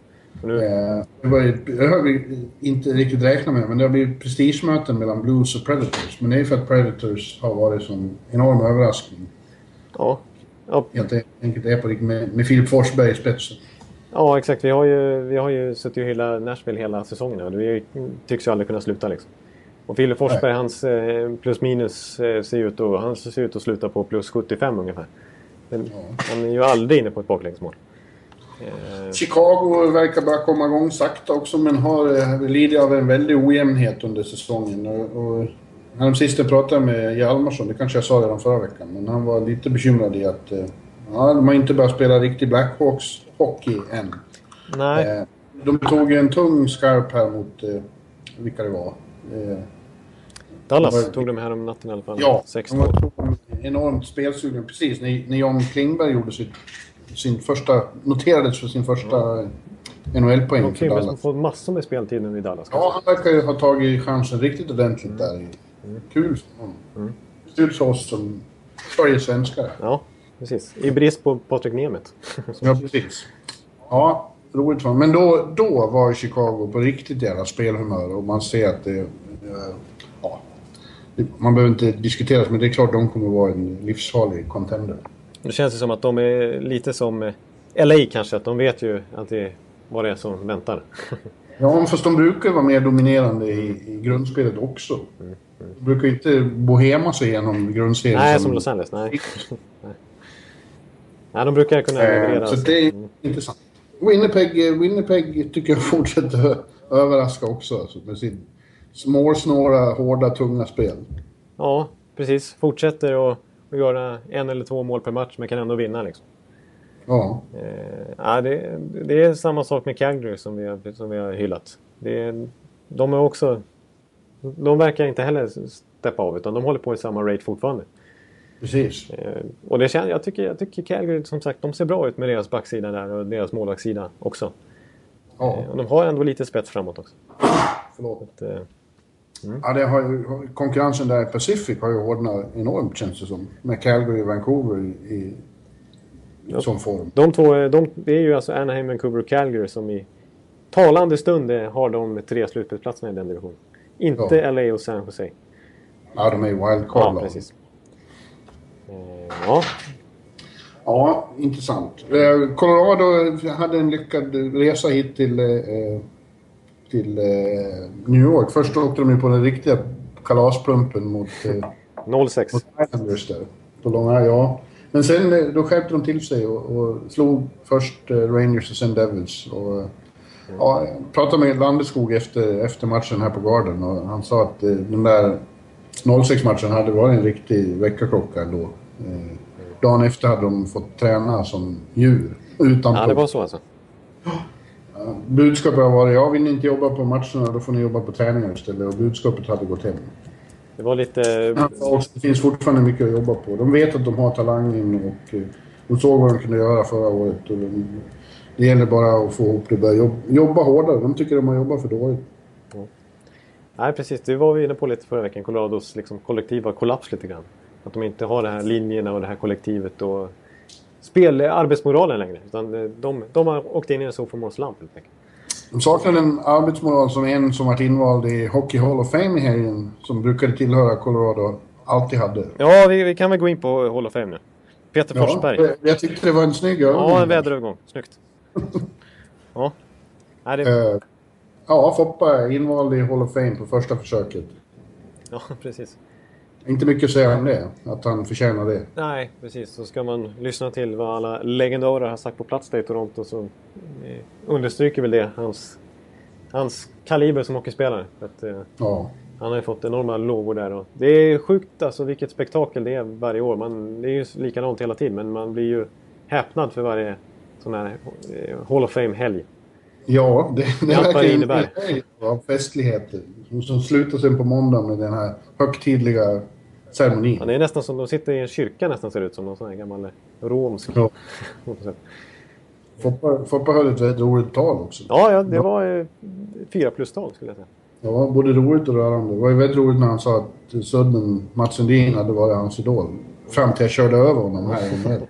Det har vi inte riktigt räknat med, men det har blivit prestigemöten mellan Blues och Predators. Men det är för att Predators har varit som enorm överraskning. Ja. Helt enkelt är på med Filip Forsberg i spetsen. Ja, exakt. Vi har ju suttit hela Nashville hela säsongen och vi tycks ju aldrig kunna sluta liksom. Och Filip Forsberg, hans plus minus ser ut att sluta på plus 75 ungefär. Men han är ju aldrig inne på ett baklängsmål. Chicago verkar bara komma igång sakta också, men har lidit av en väldig ojämnhet under säsongen. Och när de sista pratade med Hjalmarsson, det kanske jag sa redan förra veckan, men han var lite bekymrad i att de har inte börjat spela riktig Blackhawks-hockey än. Nej. De tog en tung skarp här mot vilka det var. Dallas tog de här om natten i alla fall. Ja, 6-2. de var enormt spelsugen precis när John Klingberg gjorde noterades för sin första NHL-poäng. John Klingberg som fått massor med speltid nu i Dallas. Ja, han verkar ju ha tagit chansen riktigt ordentligt där. Kul för honom. Kul för oss som Sveriges svenskar. Ja, precis. I brist på Patrik Nemeth. Ja, precis. Ja, roligt för honom. Men då var Chicago på riktigt jävla spelhumör och man ser att det... man behöver inte diskutera, men det är klart de kommer att vara en livsfarlig contender. Det känns ju som att de är lite som LA kanske, att de vet ju alltid vad det är som väntar. Ja, fast de brukar vara mer dominerande i grundspelet också. De brukar inte bohema sig igenom grundserien. Nej, som Los Angeles, nej. Nej, de brukar kunna leverera. Så det är intressant. Winnipeg tycker jag fortsätter överraska också, alltså, med sin småsnåra, hårda, tunga spel. Ja, precis. Fortsätter att göra 1 eller 2 mål per match, men kan ändå vinna liksom. Ja. Det är samma sak med Calgary som vi har hyllat. De är också... De verkar inte heller steppa av, utan de håller på i samma rate fortfarande. Precis. Och jag tycker Calgary, som sagt, de ser bra ut med deras backsida där och deras målvaktssida också. Ja. Och de har ändå lite spets framåt också. Förlåt. Ja, konkurrensen där i Pacific har ju hårdnat enormt, känns det som. Med Calgary och Vancouver i sån form. De två, det är ju alltså Anaheim, Vancouver och Calgary som i talande stund har de 3 slutspelsplatserna i den divisionen. Inte LA och San Jose. Ja, de är wildcard. Ja, precis. Ja, intressant. Colorado hade en lyckad resa hit till New York. Först åkte de ju på den riktiga kalasplumpen mot 0-6. Mot Islanders där. På långa, ja. Men sen då skärpte de till sig och slog först Rangers och sen Devils. Och, jag pratade med Landeskog efter matchen här på Garden och han sa att den där 0-6-matchen hade varit en riktig väckarklocka då. Dagen efter hade de fått träna som djur. Utan ja, det var så alltså. Budskapet har varit, jag vill inte jobba på matcherna, då får ni jobba på träningar istället. Och budskapet hade gått hem. Det var lite... Det finns fortfarande mycket att jobba på. De vet att de har talangen och de såg vad de kunde göra förra året. Och det gäller bara att få ihop det, börja jobba hårdare. De tycker de har jobbat för dåligt. Ja. Nej, precis. Det var vi inne på lite förra veckan. Colorados liksom kollektiva kollaps lite grann. Att de inte har de här linjerna och det här kollektivet och arbetsmoralen längre. Utan de har åkt in i en sophomore-slump helt enkelt. De saknar en arbetsmoral som en som varit invald i Hockey Hall of Fame i helgen, som brukade tillhöra Colorado, alltid hade. Ja, vi kan väl gå in på Hall of Fame nu. Peter Forsberg. Jag tyckte det var en snygg övergång. Ja, en väderövergång. Snyggt. Ja. Nej, ja, Foppa är invald i Hall of Fame på första försöket. Ja, precis. Inte mycket att säga om det, att han förtjänar det. Nej, precis. Så ska man lyssna till vad alla legendarer har sagt på plats där i Toronto så understryker väl det hans kaliber som hockeyspelare. För att, Ja. han har ju fått enorma lovord där. Och det är sjukt alltså vilket spektakel det är varje år. Det är ju likadant hela tiden, men man blir ju häpnad för varje sån här Hall of Fame-helg. Ja, det Allt vad det innebär. Av festligheter som slutar sen på måndag med den här högtidliga ceremonin. Ja, det är nästan som de sitter i en kyrka nästan, ser ut som någon sån här gammal romsk. Ja. Foppa höll ett väldigt roligt tal också. Ja, det var 4+-tal skulle jag säga. Ja, både roligt och rörande. Det var ju väldigt roligt när han sa att Sudden, Mats Sundin, hade varit hans idol. Fram till jag körde över honom här.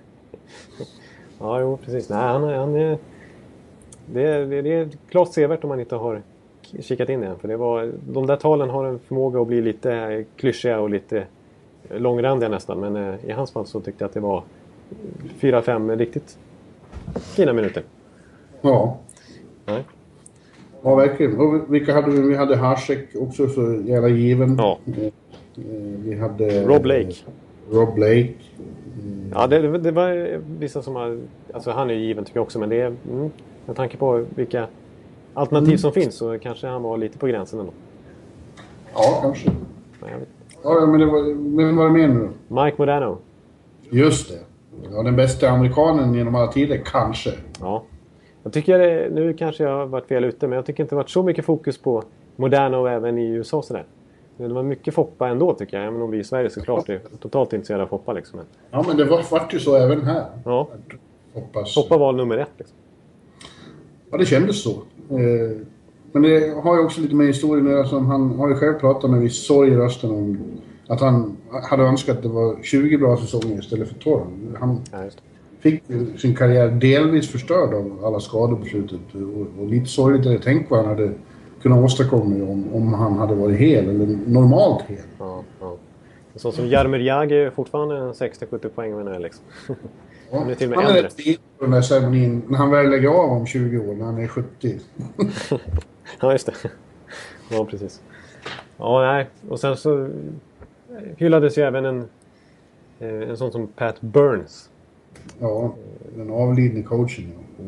Ja, jo, precis. Nej, han är... Det är klart sevärt om man inte har kikat in igen. För de där talen har en förmåga att bli lite klyschiga och lite långrandiga nästan. Men i hans fall så tyckte jag att det var 4-5 riktigt fina minuter. Ja. Nej. Ja, verkligen. Och vilka hade vi? Vi hade Hasek också, så jävla given. Ja. Vi hade... Rob Blake. Rob Blake. Ja, det var vissa som har... Alltså han är ju given tycker jag också, men det är... med tanke på vilka alternativ som finns så kanske han var lite på gränsen ändå. Ja, kanske. Men jag vet. Ja, men vem var det med nu? Mike Modano. Just det. Ja, den bästa amerikanen genom alla tider, kanske. Ja. Jag tycker nu kanske jag har varit fel ute, men jag tycker inte det har varit så mycket fokus på Modano även i USA sådär. Det var mycket Foppa ändå tycker jag, även om vi i Sverige såklart är totalt intresserade av Foppa liksom. Ja, men det var ju så även här. Ja. Hoppas. Foppa var nummer 1 liksom. Ja, det kändes så. Men det har ju också lite med historien. Alltså, han har ju själv pratat med viss sorg i rösten om att han hade önskat att det var 20 bra säsonger istället för 12. Han fick sin karriär delvis förstörd av alla skador på slutet. Och lite sorgligt är det. Tänk vad han hade kunnat åstadkomma om han hade varit hel eller normalt hel. Ja. Så som Jaromir Jagr är fortfarande en 60-70 poäng liksom. Ja, han är till och med han äldre. är rätt fin på den där ceremonin när han väl lägger av om 20 år, när han är 70. Ja, just det. Ja, precis. Ja, nej. Och sen så hyllades ju även en sån som Pat Burns. Ja, den avlidne coachen. Ja.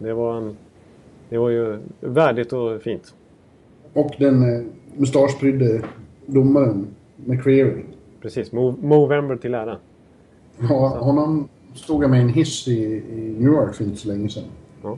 Det var ju värdigt och fint. Och den mustaschprydde domaren McCreary. Precis, Movember till ära. Ja, honom stod jag med en hiss i New York för inte så länge sedan. Ja.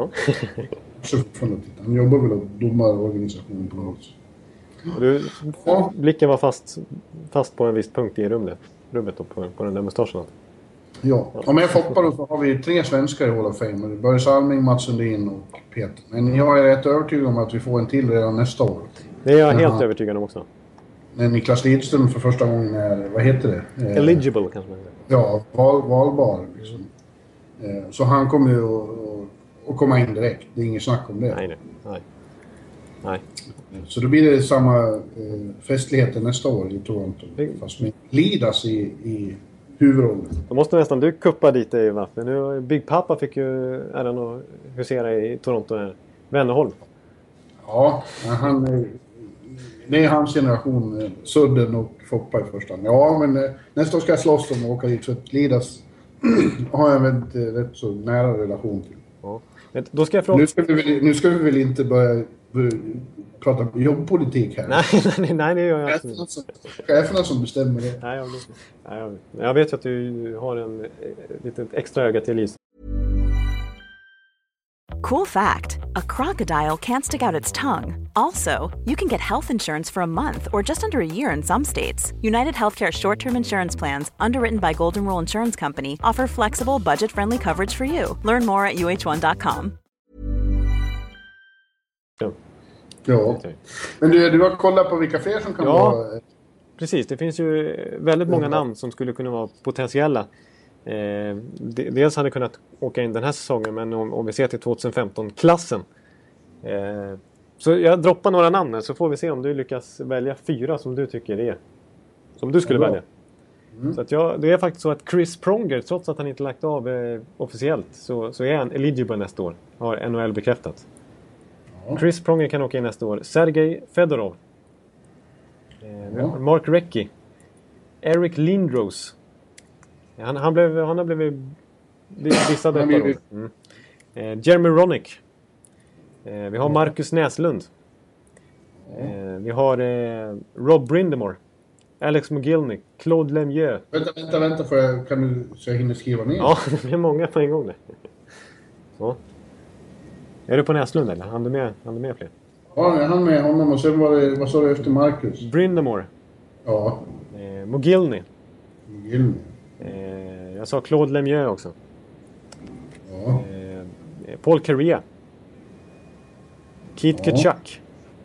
Han jobbar väl åt domarorganisationen på något sätt. Blicken var fast på en viss punkt i rummet och på den där mustaschen. Ja, om jag foppar då så har vi 3 svenskar i Hall of Fame. Börje Salming, Mats Sundin och Peter. Men jag är rätt övertygad om att vi får en till redan nästa år. Det är jag helt övertygad om också. När Niklas Lidström för första gången är, vad heter det? Eligible kanske man säger. Ja, valbar liksom. Så han kommer ju att komma in direkt. Det är inget snack om det. Nej. Så då blir det samma festligheter nästa år i Toronto. Fast med Lidas i huvudrollen. Då måste nästan du kuppa dit i vatten. Nu Big Papa fick ju äran att husera i Toronto här. Wennerholm. Ja, det är hans generation. Sudden och Foppa i första hand. Ja, men nästa år ska jag slåss om att åka dit. För att Lidas har jag en rätt så nära relation till. Ja. Men då ska jag fråga... Nu ska vi väl inte börja prata jobbpolitik här. Nej, det gör jag absolut. Cheferna som bestämmer det. Nej, jag vet att du har en litet extra öga till Lisa. Cool fact, a crocodile can't stick out its tongue. Also, you can get health insurance for a month or just under a year in some states. United Healthcare short-term insurance plans, underwritten by Golden Rule Insurance Company, offer flexible, budget-friendly coverage for you. Learn more at uh1.com. Ja. Men du har kollat på vilka fler som kan vara... Precis. Det finns ju väldigt många namn som skulle kunna vara potentiella. Dels hade kunnat åka in den här säsongen, men om vi ser till 2015-klassen. Så jag droppar några namn så får vi se om du lyckas välja 4 som du tycker är. Som du skulle välja. Så att det är faktiskt så att Chris Pronger, trots att han inte lagt av officiellt, så är han eligible nästa år. Har NHL bekräftat. Chris Pronger kan åka in nästa år. Sergej Fedorov. Mark Recchi. Eric Lindros. Han har blivit dissad ett par år. Jeremy Roenick. Vi har Marcus Näslund. Vi har Rob Brindamore. Alex McGillney. Claude Lemieux. Vänta, kan du så jag hinner skriva ner? Ja, det är många på en gång där. Så. Är du på Näslund eller? Han är med fler? Ja, han med honom. Och sen var det, vad sa du efter Marcus? Brindamore. Ja. McGillney. McGillney. Jag sa Claude Lemieux också. Ja. Paul Kariya. Keith Kachuk.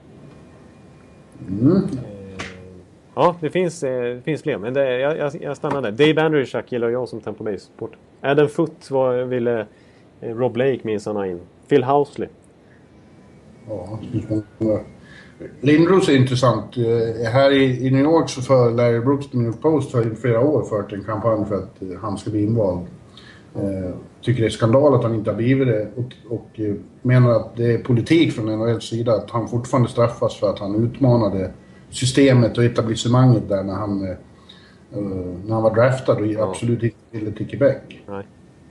Ja, det finns fler. Men jag stannar där. Dave Andreychuk gillar jag som Tampa Bay-supporter. Adam Foote ville Rob Blake minns han in. Phil Housley. Ja, Lindros är intressant. Här i New York så för Larry Brooks på New York Post har i flera år fört en kampanj för att han ska bli invald. Tycker det är skandal att han inte har blivit det och menar att det är politik från NHLs sida att han fortfarande straffas för att han utmanade systemet och etablissemanget där när han var draftad och absolut inte ville till Quebec. Nej.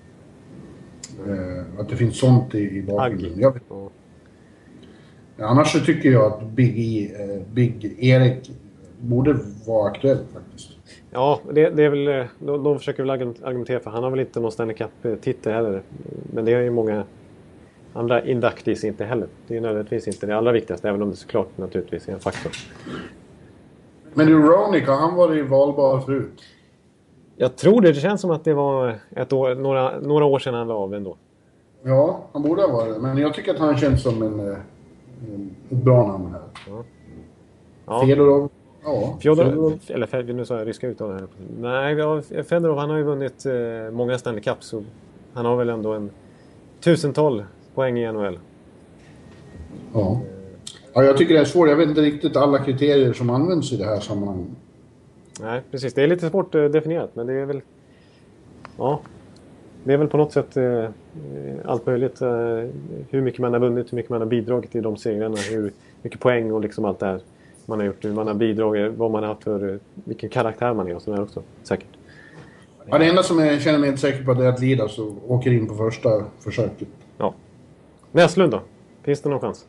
Att det finns sånt i bakgrunden. Annars så tycker jag att Big Erik borde vara aktuell faktiskt. Ja, det är väl... De försöker väl argumentera för. Han har väl inte någon Stanley Cup-titel heller. Men det är ju många andra inductees inte heller. Det är nödvändigtvis inte det allra viktigaste. Även om det såklart naturligtvis är en faktor. Men du, Roenick, han var ju valbar förut. Jag tror det. Det känns som att det var några år sedan han la av ändå. Ja, han borde ha varit det. Men jag tycker att han känns som ett bra namn här. Ja. Fedorov. Fjodorov, eller nu sa jag ryska uttal här. Nej, Fedorov han har ju vunnit många Stanley Cups. Så han har väl ändå en 1000-tal poäng i NHL. Ja. Ja, jag tycker det är svårt. Jag vet inte riktigt alla kriterier som används i det här sammanhanget. Nej, precis. Det är lite svårt definierat, men det är väl... Ja, det är väl på något sätt allt möjligt. Hur mycket man har vunnit, hur mycket man har bidragit i de segrarna, hur mycket poäng och liksom allt det här man har gjort. Hur man har bidragit, vad man har haft för, vilken karaktär man är och sådär också, säkert. Ja, det enda som jag känner mig inte säker på är att Lida så åker in på första försöket. Ja. Näslund då? Finns det någon chans?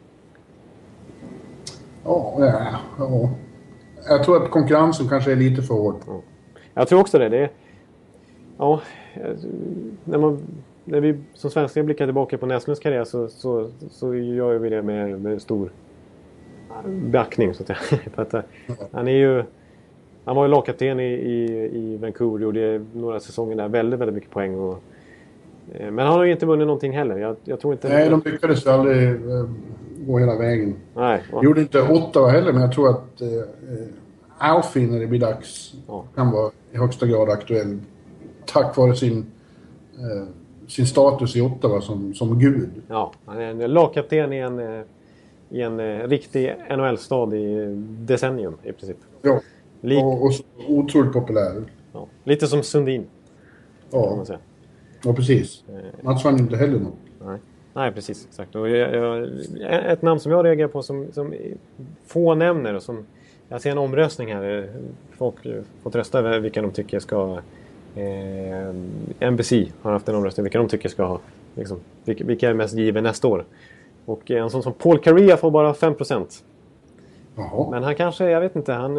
Ja. Jag tror att konkurrensen kanske är lite för hård. Ja. Jag tror också det. Ja, när vi som svenskar blickar tillbaka på Näslunds karriär så gör vi det med stor beaktning så att säga. För att han var ju lagkapten i Vancouver och gjorde några säsonger där väldigt, väldigt mycket poäng. Men han har ju inte vunnit någonting heller. Jag tror inte... Nej, de lyckades aldrig gå hela vägen. Nej. Gjorde inte Ottawa heller, men jag tror att Alfie när det blir dags kan vara i högsta grad aktuell. Tack vare sin status i Ottawa som gud. Ja, han är en lagkapten i en riktig NHL-stad i decennium i princip. Ja, och otroligt populär. Ja. Lite som Sundin. Ja. Kan man säga. Ja, precis. Mats vann inte heller något. Nej, precis. Exakt. Och ett namn som jag reagerar på som få nämner och som jag ser en omröstning här. Folk får rösta över vilka de tycker ska... NBC har haft en omröstning vilka de tycker ska ha liksom, vilka är mest given nästa år. Och en sån som Paul Kariya får bara 5%. Jaha. Men han kanske, jag vet inte, han...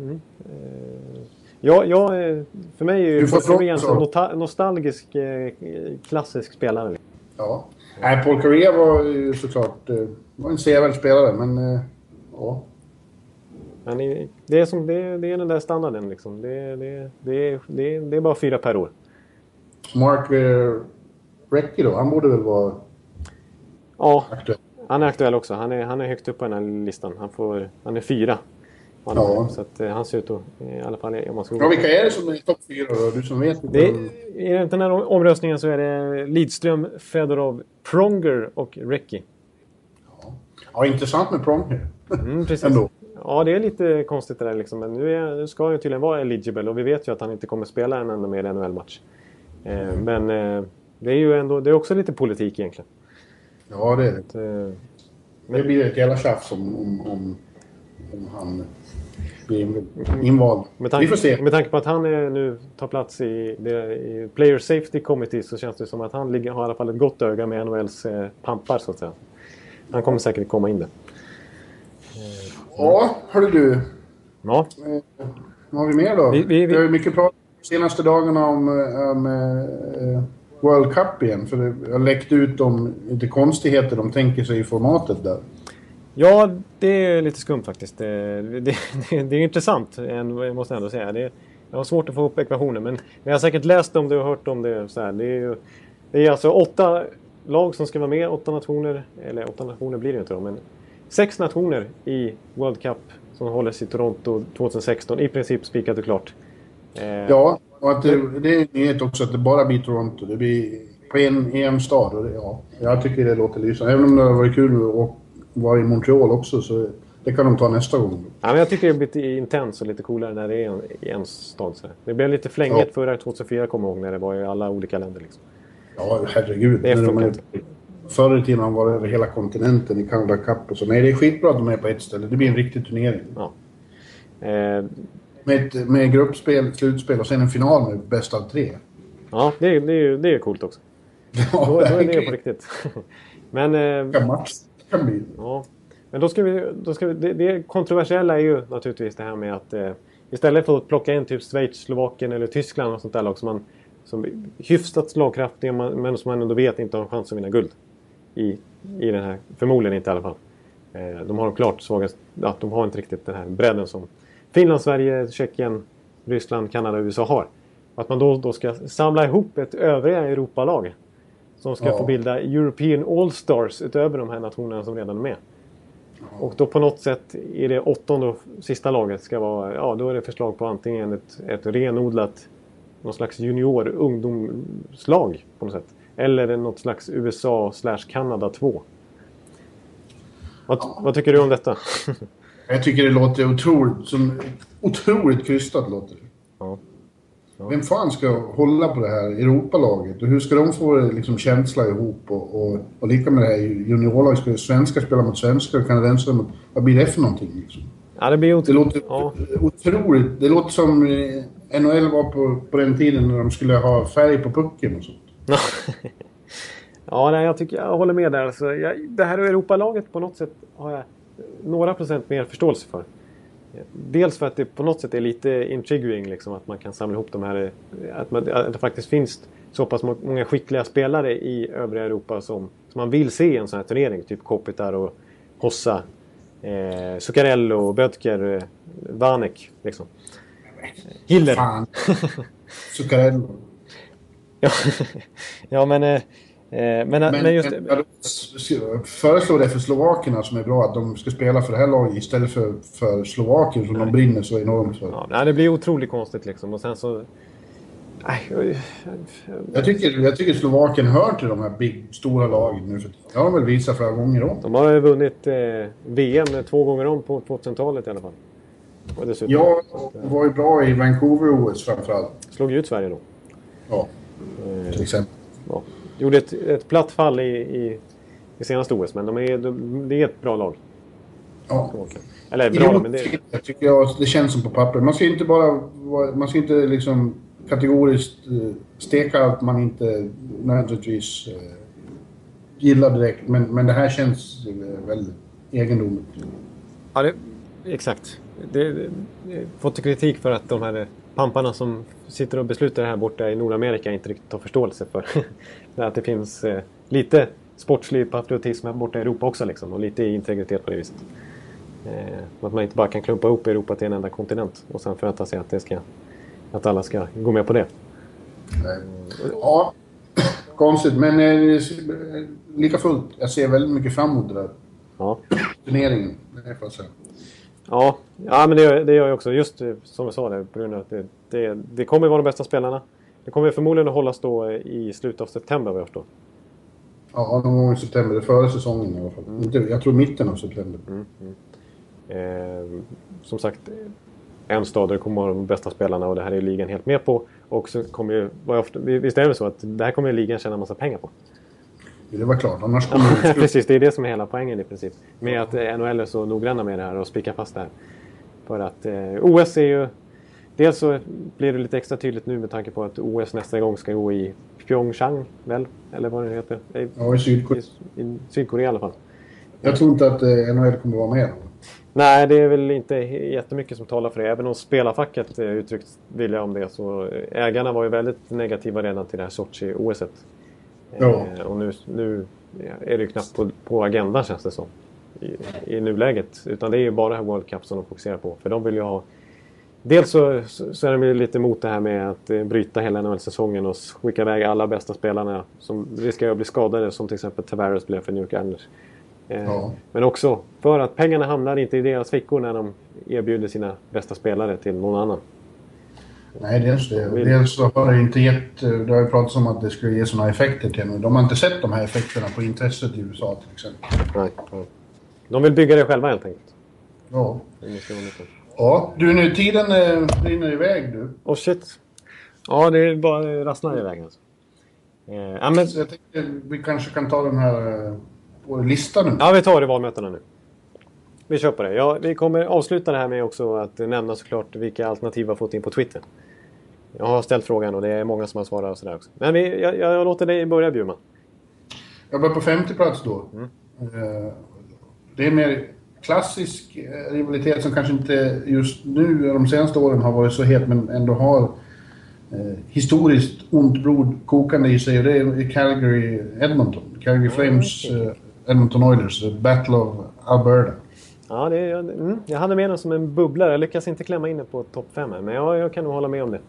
för mig är ju Paul Kariya en nostalgisk, klassisk spelare. Ja. Nej, Paul Kariya var ju såklart var en sevärd spelare, men ja. Men det är den där standarden liksom. Det är bara 4 per år. Mark Recchi då, han borde väl vara aktuell. Han är aktuell också. Han är högt upp på den här listan. Han är 4. Ja. Så att han ser ut att i alla fall om man ska... Ja, vilka är det som är topp 4 då? Du som vet. I den här omröstningen så är det Lidström, Fedorov, Pronger och Recchi. Ja, intressant med Pronger. Precis. Ändå. Ja, det är lite konstigt det där liksom. Men nu ska han ju tydligen vara eligible och vi vet ju att han inte kommer spela en enda mer NHL-match. Men det är ju ändå, det är också lite politik egentligen. Ja, det är det. Det blir ett jävla tjafs om han bli invald. Vi får se. Med tanke på att han nu tar plats i Player Safety Committee så känns det som att han har i alla fall ett gott öga med NHLs pampar så att säga. Han kommer säkert komma in det. Ja, hörru du. Ja. Vad har vi mer då? Vi har ju mycket prat de senaste dagarna om World Cup igen. För det har läckt ut om lite konstigheter de tänker sig i formatet där. Ja, det är lite skumt faktiskt. Det är intressant, jag måste ändå säga. Jag har svårt att få upp ekvationen, men jag har säkert läst om det och hört om det. Så här. Det är alltså 8 lag som ska vara med, 8 nationer. Eller 8 nationer blir det inte då, men 6 nationer i World Cup som hålls i Toronto 2016. I princip spikat och klart. Ja, och att det är en nyhet också att det bara blir Toronto. Det blir på en EM-stad. Och jag tycker det låter lysande. Även om det har varit kul att vara i Montreal också, så det kan de ta nästa gång. Ja, men jag tycker det blir lite intens och lite coolare när det är i en stad. Så det blev lite flängigt förra 2004, kommer jag ihåg, när det var i alla olika länder. Liksom. Ja, herregud. Förr i tiden var det över hela kontinenten i Canada Cup och så. Nej, det är skitbra att de är på ett ställe. Det blir en riktig turnering. Ja. Med gruppspel, slutspel och sen en final med bäst av 3. Ja, det är coolt också. Ja, då är det på riktigt. Men... kan bli. Ja. Men då ska vi det kontroversiella är ju naturligtvis det här med att istället för att plocka in typ Schweiz, Slovakien eller Tyskland och sånt där lag som hyfsat slagkraftiga men som man ändå vet inte har en chans att vinna guld i den här, förmodligen inte i alla fall. De har klart svagast, att de har inte riktigt den här bredden som Finland, Sverige, Tjeckien, Ryssland, Kanada och USA har. Att man då ska samla ihop ett övriga Europalag som ska få bilda European All-Stars utöver de här nationerna som redan är med. Och då på något sätt är det 8:e och sista laget ska vara, då är det förslag på antingen ett renodlat någon slags junior-ungdomslag på något sätt. Eller något slags USA/Kanada 2. Vad tycker du om detta? Jag tycker det låter otroligt krystat låter det. Ja. Vem fan ska hålla på det här Europalaget? Och hur ska de få liksom känsla ihop? Och lika med det här juniorlaget, ska svenskar spela mot svenskar och kanadensare mot... Vad blir det för någonting liksom? Ja, det blir otroligt. Det låter som NHL var på den tiden när de skulle ha färg på pucken och sånt. Ja, nej, jag håller med där. Alltså, det här Europalaget på något sätt har jag några procent mer förståelse för. Dels för att det på något sätt är lite intriguing liksom, att man kan samla ihop de här, att det faktiskt finns så pass många skickliga spelare i övriga Europa som man vill se i en sån här turnering, typ Kopitar och Hossa, Zuccarello, Böttger, Vanek liksom. Hiller. Fan. Zuccarello. Ja, men just föreslår det för slovakerna som är bra att de ska spela för det här laget istället för Slovakien som de brinner så enormt för. Ja, det blir otroligt konstigt liksom. Och sen så... Jag tycker Slovakien hör till de här stora lagen nu. För det har de väl visat flera gånger om. De har vunnit VM 2 gånger om på 2000-talet i alla fall. Ja, de var ju bra i Vancouver-OS framförallt. Slog ju ut Sverige då. Ja, till exempel. Ja. Gjorde ett platt fall i senaste OS, men det är ett bra lag. Ja. Eller bra, men jag tycker det känns som på papper. Man ska inte liksom kategoriskt steka att man inte nödvändigtvis gillar direkt, men det här känns väldigt egendomligt. Ja, exakt. Det fått kritik för att de här pamparna som sitter och beslutar det här borta i Nordamerika inte riktigt har förståelse för att det finns lite sportslig patriotism här borta i Europa också liksom, och lite integritet på det viset. Att man inte bara kan klumpa ihop Europa till en enda kontinent och sen förvänta sig att alla ska gå med på det. Ja, konstigt, men lika fullt, jag ser väldigt mycket fram emot det där. Ja. Turneringen, det får jag säga. Ja, men det gör jag också. Just som jag sa där, på grund av att det kommer vara de bästa spelarna. Det kommer förmodligen att hållas då i slutet av september, vad jag förstår. Ja, någon gång i september. Det är före säsongen i alla fall. Jag tror mitten av september. Som sagt, en stad där det kommer vara de bästa spelarna och det här är ligan helt med på. Och så kommer ju, visst är det så att det här kommer ligan tjäna en massa pengar på. Det var klart, annars kommer Precis, det är det som är hela poängen i princip. Med att NHL är så noggranna med det här och spikar fast det här. För att OS är ju... Dels så blir det lite extra tydligt nu med tanke på att OS nästa gång ska gå i Pyeongchang, väl? Eller vad det heter. Ja, i Sydkorea. I Sydkorea i alla fall. Jag tror inte att NHL kommer vara med. Nej, det är väl inte jättemycket som talar för det. Även om spelarfacket uttryckt vilja om det, så ägarna var ju väldigt negativa redan till det här Sochi-OSet. Ja. Och nu är det ju knappt på agendan, känns det som. I nuläget. Utan det är ju bara World Cup som de fokuserar på. För de vill ju ha... Dels så är de lite emot det här med att bryta hela NHL-säsongen och skicka iväg alla bästa spelarna som riskerar att bli skadade, som till exempel Tavares blev för New York Islanders. Ja. Men också för att pengarna hamnar inte i deras fickor när de erbjuder sina bästa spelare till någon annan. Nej, dels det. Dels så har det inte gett... Det har ju pratats om att det skulle ge sådana effekter till nu. De har inte sett de här effekterna på intresset i USA till exempel. Nej. De vill bygga det själva helt enkelt. Ja. Ja, du, nu tiden rinner iväg du. Oh shit. Ja, det är bara rasslar iväg alltså. Men... Så jag tänkte vi kanske kan ta den här på listan nu. Ja, vi tar det valmötena nu. Vi kör på det. Ja, vi kommer avsluta det här med också att nämna såklart vilka alternativ vi har fått in på Twitter. Jag har ställt frågan och det är många som har svarat och sådär också. Men jag låter dig börja, Bjurman. Jag börjar på 50 plats då. Det är mer klassisk rivalitet som kanske inte just nu de senaste åren har varit så het, men ändå har historiskt ont blod kokande i sig. Och det är Calgary-Edmonton. Calgary Flames, Edmonton Oilers, The Battle of Alberta. Ja, jag hade med den som en bubblare. Jag lyckas inte klämma in den på topp 5 här, men jag kan nog hålla med om det.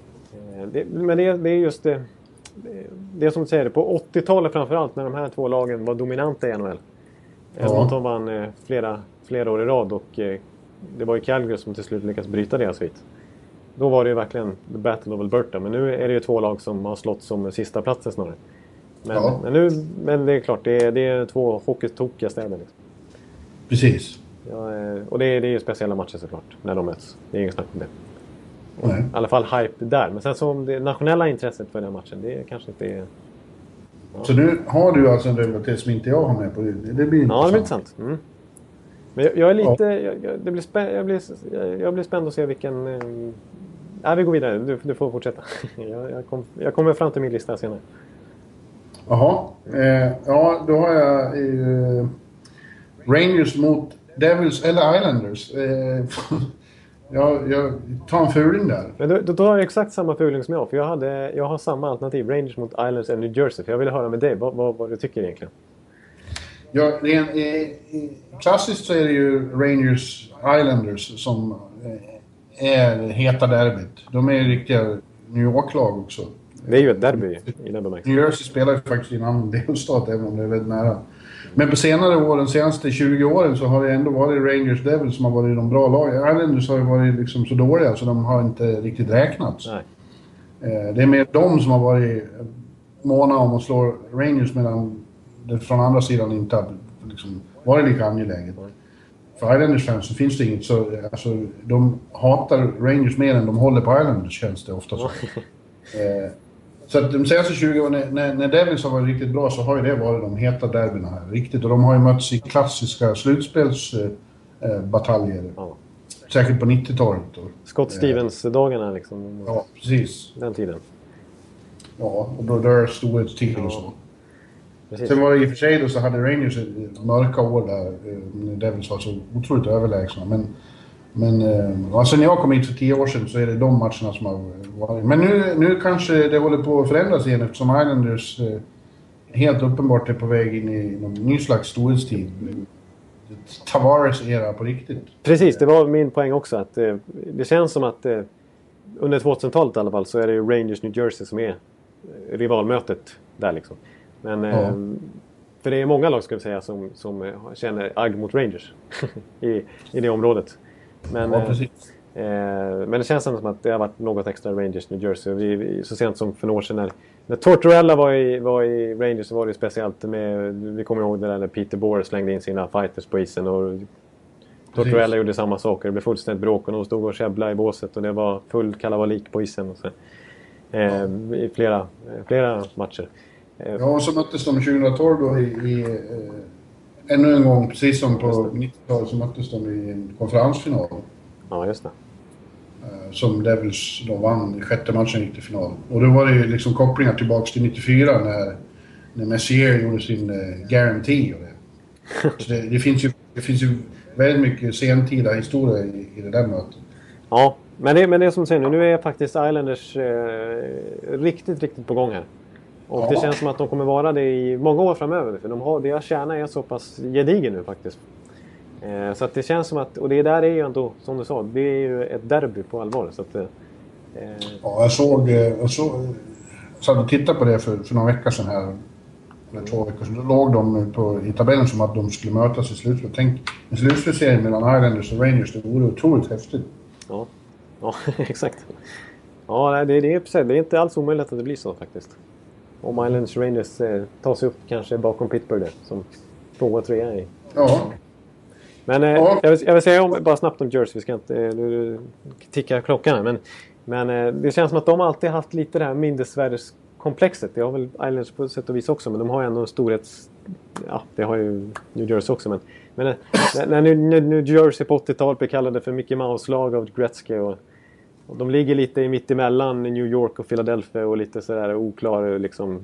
Men det är just det som du säger, på 80-talet framförallt när de här två lagen var dominanta i NHL. Edmonton vann flera år i rad och det var ju Calgary som till slut lyckades bryta deras svit. Då var det ju verkligen The Battle of Alberta, men nu är det ju två lag som har slått som sista platsen snarare. Men det är klart, det är två hockeytokiga städer liksom. Precis. Ja, och det är ju speciella matcher såklart när de möts. Det är ingen snack om det. Nej. I alla fall hype där. Men sen som det nationella intresset för den matchen, det kanske inte är... Ja. Så nu har du alltså en rivalitet som inte jag har med på det. Det blir intressant. Ja, det blir intressant. Men jag är lite... Jag blir spänd att se vilken... vi går vidare. Du får fortsätta. Jag kommer fram till min lista senare. Jaha. Då har jag Rangers mot Devils eller Islanders. Jag tar en fuling där. Men då har jag exakt samma fuling som jag. För jag har samma alternativ. Rangers mot Islanders eller New Jersey. För jag ville höra med dig vad du tycker egentligen. Ja, klassiskt så är det ju Rangers Islanders som är heta derbyt. De är riktiga New York-lag också. Det är ju ett derby i den bemärkelsen. New Jersey spelar ju faktiskt i en annan delstat även om det är väldigt nära. Men på senare år, de senaste 20 åren, så har det ändå varit Rangers Devils som har varit de bra lagen. Islanders har ju varit liksom så dåliga så de har inte riktigt räknats. Nej. Det är mer de som har varit måna om att slå Rangers, medan det från andra sidan inte har liksom varit lika angeläget. För Islanders fans så finns det inget så... Alltså, de hatar Rangers mer än de håller på Islanders, känns det ofta så. Så att de senaste 20 åren, när Devils har varit riktigt bra, så har ju det varit de heta derbyna här. Riktigt. Och de har ju mötts i klassiska slutspelsbataljer. Särskilt på 90-talet. Scott Stevens-dagarna liksom. Ja, precis. Den tiden. Ja, och Brodeur storhetstid och så. Precis. Sen var det i och för sig då så hade Rangers mörka år där när Devils var så otroligt överlägsna. Men alltså när jag kom hit för 10 år sedan så är det de matcherna som har varit. Men nu kanske det håller på att förändras igen, eftersom Islanders helt uppenbart är på väg in i någon ny slags storhetstid. Tavares era på riktigt. Precis, det var min poäng också. Att det känns som att under 2000-talet i alla fall så är det ju Rangers New Jersey som är rivalmötet där liksom. Men för det är många lag skulle jag säga som känner agg mot Rangers i det området. Men, men det känns som att det har varit något extra Rangers New Jersey. Vi så sent som för några år sedan när Tortorella var i Rangers så var det speciellt med, vi kommer ihåg det där när Peter Boer slängde in sina fighters på isen och Tortorella gjorde samma saker. Det blev fullständigt bråk och de stod och käbbla i båset och det var full kalabalik på isen och så, i flera matcher. Ja, och så möttes de 2012 då ännu en gång, precis som på 90-talet, så möttes de i en konferensfinal. Ja, just det. Som Devils då vann i 6:e matchen, gick till final. Och då var det ju liksom kopplingar tillbaks till 94 när Messier gjorde sin guarantee och det. Så det finns ju väldigt mycket sentida historia i det där mötet. Ja, men det är som du säger nu är faktiskt Islanders riktigt på gång här. Och det känns som att de kommer vara det i många år framöver. För deras kärna är så pass gedigen nu faktiskt. Så att det känns som att, och det där är ju ändå, som du sa, det är ju ett derby på allvar. Så att, ja, jag såg och tittade på det för några veckor sedan här. Eller 2 veckor sedan. Då låg de i tabellen som att de skulle mötas i slutet. Tänk, en slutspelsserie mellan Islanders och Rangers, det vore otroligt häftigt. Ja, exakt. Ja, det är inte alls omöjligt att det blir så faktiskt. Om Islanders Rangers tar sig upp kanske bakom Pittsburgh som 2 och 3 i. Ja. Men jag vill säga bara snabbt om Jersey, vi ska inte nu tickar klockan här, men det känns som att de alltid haft lite det här minnesvärdeskomplexet. Det har väl Islanders på sätt och vis också, men de har ju ändå en storhets... Ja, det har ju New Jersey också, men när New Jersey på 80-talet blev kallade för Mickey Mouse-lag av Gretzky och de ligger lite mitt emellan New York och Philadelphia och lite sådär oklar liksom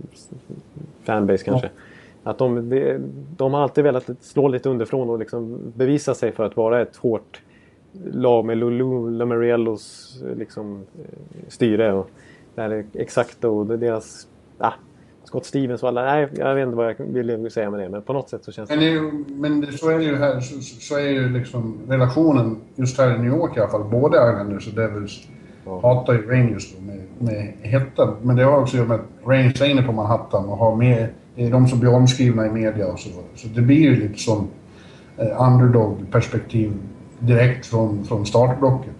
fanbase kanske. Ja. Att de har alltid velat slå lite underifrån och liksom bevisa sig för att vara ett hårt lag med Lou Lamoriellos liksom styre och det här är exakt och deras Scott Stevens och alla, nej jag vet inte vad jag vill säga med det, men på något sätt så känns det... Men så är det ju här, så är ju liksom relationen just här i New York i alla fall, både Islanders och Devils hatar ju Rangers då med hetta, men det har också gjort med att Rangers är inne på Manhattan och har med, det är de som blir omskrivna i media och så det blir ju lite som underdog-perspektiv direkt från startblocket.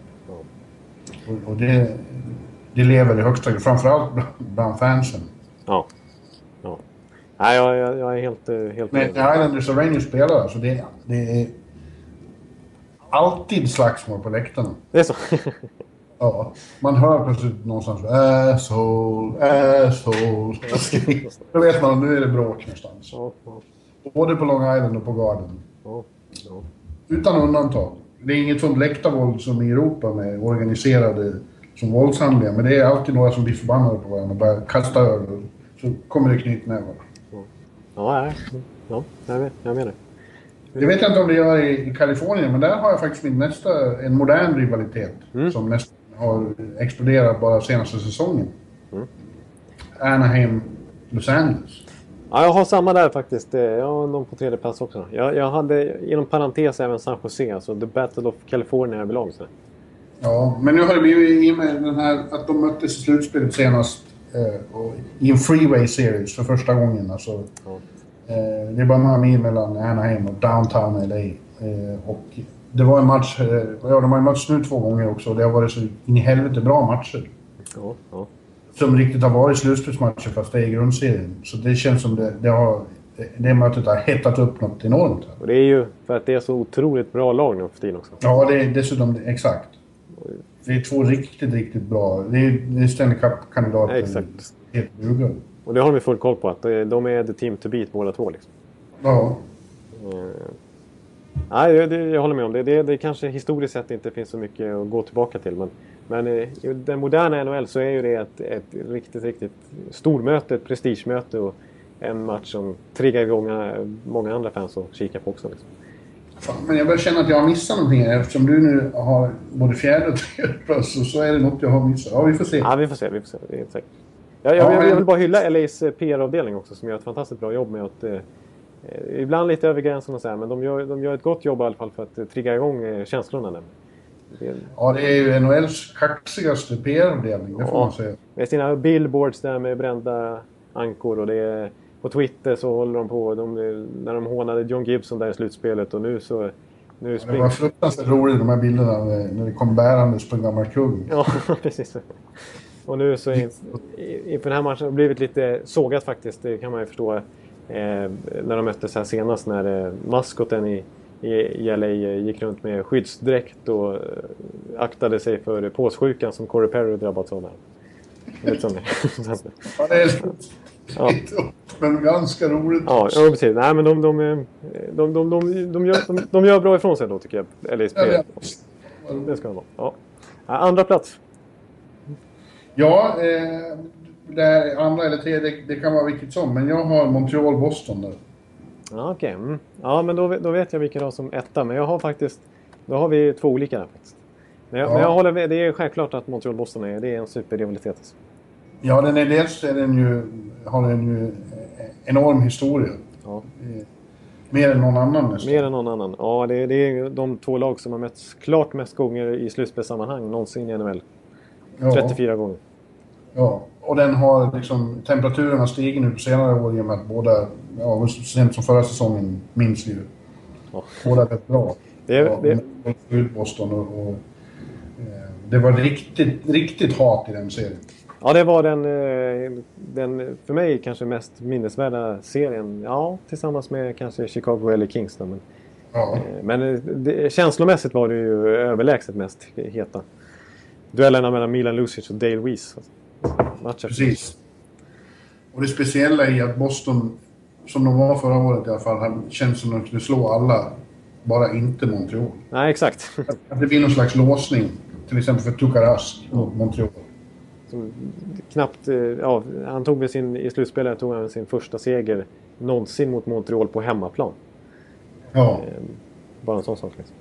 Och det lever i högsta grad, framförallt bland fansen. Ja. Nej, jag är helt men Islanders och Rangers spelar, alltså det är alltid slagsmål på läktarna. Det är så. Ja, man hör plötsligt någonstans asshole. Då vet man att nu är det bråk någonstans. Både på Long Island och på Garden. Utan undantag. Det är inget sånt läktarvåld som i Europa med organiserade som våldshandlingar, men det är alltid några som blir förbannade på varandra och börjar kasta över. Så kommer det knytnävar. Ja, jag menar. Det vet jag inte om det gör i Kalifornien, men där har jag faktiskt en modern rivalitet som nästan har exploderat bara senaste säsongen. Anaheim, Los Angeles. Ja, jag har samma där faktiskt. Jag har någon på 3:e plats också. Jag hade inom parentes även San Jose, alltså The Battle of California överlag. Så. Ja, men nu har det blivit i med den här att de möttes i slutspelet senast i en freeway series för första gången. Alltså, det är bara några mil mellan Anaheim och downtown LA. Och det var en match, de har ju mötts nu 2 gånger också och det har varit så in i helvete bra matcher. Ja. Som riktigt har varit slutspelsmatcher fast det är i grundserien. Så det känns som det mötet har hettat upp något enormt. Och det är ju för att det är så otroligt bra lag nu för tiden också. Ja, det är dessutom exakt. Det är 2 riktigt bra. Det är Stanley Cup-kandidater. Exakt. Helt brugga. Och det har vi full koll på att de är the team to beat båda 2 liksom. Ja. Nej, jag håller med om det. Det kanske historiskt sett inte finns så mycket att gå tillbaka till. Men i den moderna NHL så är ju det ett riktigt stormöte, ett prestigemöte och en match som triggar igång många andra fans att kika på också. Liksom. Fan, men jag börjar känna att jag har missat någonting här. Eftersom du nu har både 4:e och 3:e plats så är det något jag har missat. Ja, vi får se. Ja, vi får se. Det är säkert. Jag vill bara hylla LAs PR-avdelning också som gör ett fantastiskt bra jobb med att ibland lite över gränsen och så här, men de gör ett gott jobb i alla fall för att trigga igång känslorna där. Ja, det är ju NHLs kaxigaste PR-avdelning, det får man säga. Med sina billboards där med brända ankor och det är, på Twitter så håller de på när de hånade John Gibson där i slutspelet och nu det var fruktansvärt roligt de här bilderna när det kom bärandes på en gammal kung. Ja, precis. Och nu så inför den här matchen har det blivit lite sågat faktiskt, det kan man ju förstå. När de möttes här senast när maskoten i LA gick runt med skyddsdräkt och aktade sig för påssjukan som Corey Perry drabbats av där. Lite sånt. Ja, det är men ganska roligt. Ja, precis. Nej, men de gör bra ifrån sig då tycker jag. Det ska det vara. Ja. Andra plats. Ja, det här andra eller tredje, det kan vara vilket som. Men jag har Montreal-Boston där. Ja, okej. Mm. Ja, men då vet jag vilka jag har som etta. Men jag har faktiskt... Då har vi två olika där faktiskt. Men jag håller med. Det är självklart att Montreal-Boston är en superrivalitet. Alltså. Ja, dels har den ju enorm historia. Ja. Mer än någon annan nästan. Mer än någon annan. Ja, det är de två lag som har mötts klart mest gånger i slutspelssammanhang någonsin i NHL. 34 gånger. Ja, och den har liksom, temperaturen har stigit nu på senare år i och med att båda, sent som förra säsongen minns vi ju. Ja. Båda är rätt bra. Boston och det var riktigt hat i den serien. Ja, det var den för mig kanske mest minnesvärda serien. Ja, tillsammans med kanske Chicago eller Kingston. Men, men känslomässigt var det ju överlägset mest heta. Duellerna mellan Milan Lucic och Dale Weiss. Precis. Och det speciella i att Boston, som de var förra året i alla fall, känns som att de skulle slå alla, bara inte Montreal. Nej, exakt. Att det blir någon slags låsning, till exempel för Tukarask mot Montreal. Som knappt, han tog i slutspelet tog han sin första seger någonsin mot Montreal på hemmaplan. Ja. Bara en sån sak liksom.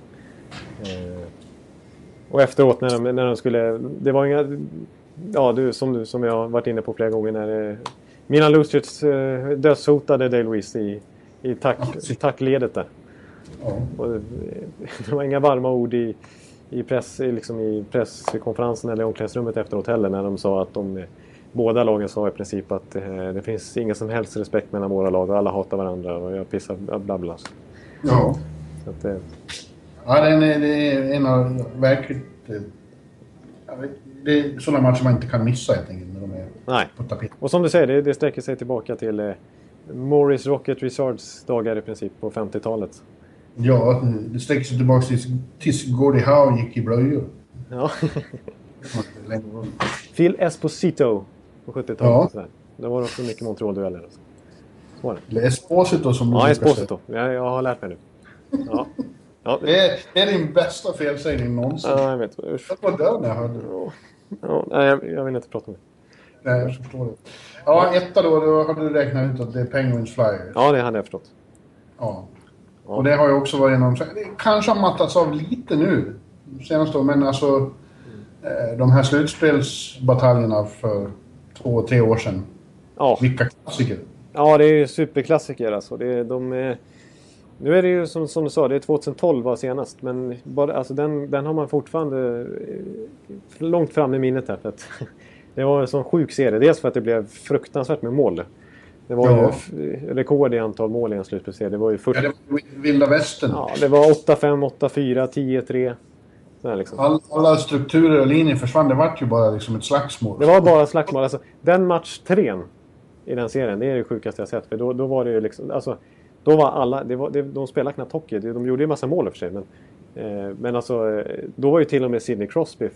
Och efteråt när de skulle, det var inga, som jag har varit inne på flera gånger, när Milan Lucic dödshotade Dale Weiss i tackledet där. Ja. Och det var inga varma ord i presskonferensen eller i omklädningsrummet efteråt heller, när de sa att båda lagen sa i princip att det finns ingen som helst respekt mellan våra lag och alla hatar varandra och jag pissar bla bla. Ja. Så att, det är en av verkligt... Det är sådana matcher man inte kan missa helt enkelt när de är på tapet. Och som du säger, det sträcker sig tillbaka till Morris Rocket Richards dagar i princip på 50-talet. Ja, det sträcker sig tillbaka tills Gordie Howe gick i blöjor. Ja. Phil Esposito på 70-talet. Ja. Det var också mycket Montreal-dueller. Eller Esposito som du Esposito. Jag har lärt mig nu. Ja. Ja. Det är din bästa felsägning någonsin. Ja, jag vet. Jag var där när jag hörde det. Ja, nej, jag vill inte prata om det. Nej, jag förstår det. Ja, etta då hade du räknat ut att det är Penguins Flyers. Ja, det hade jag förstått. Ja. Och det har ju också varit det kanske har mattats av lite nu senast då, men alltså de här slutspelsbataljerna för 2-3 år sedan. Ja. Vilka klassiker. Ja, det är ju superklassiker alltså. Nu är det ju som du sa, det är 2012 var senast, men bara, alltså den har man fortfarande långt fram i minnet här, för att det var en sån sjuk serie. Dels för att det blev fruktansvärt med mål. Det var ju rekord i antal mål i en slutspelsserie. Det var ju det var vilda västern. Ja, det var 8-5, 8-4, 10-3. Så här liksom. Alla strukturer och linjer försvann. Det var ju bara liksom ett slagsmål. Det var bara slagsmål. Alltså, den match 3 i den serien, det är det sjukaste jag sett. För då var det ju liksom... Alltså, då var alla... de spelade knappt hockey. De gjorde ju en massa mål för sig. Men alltså... Då var ju till och med Sidney Crosby...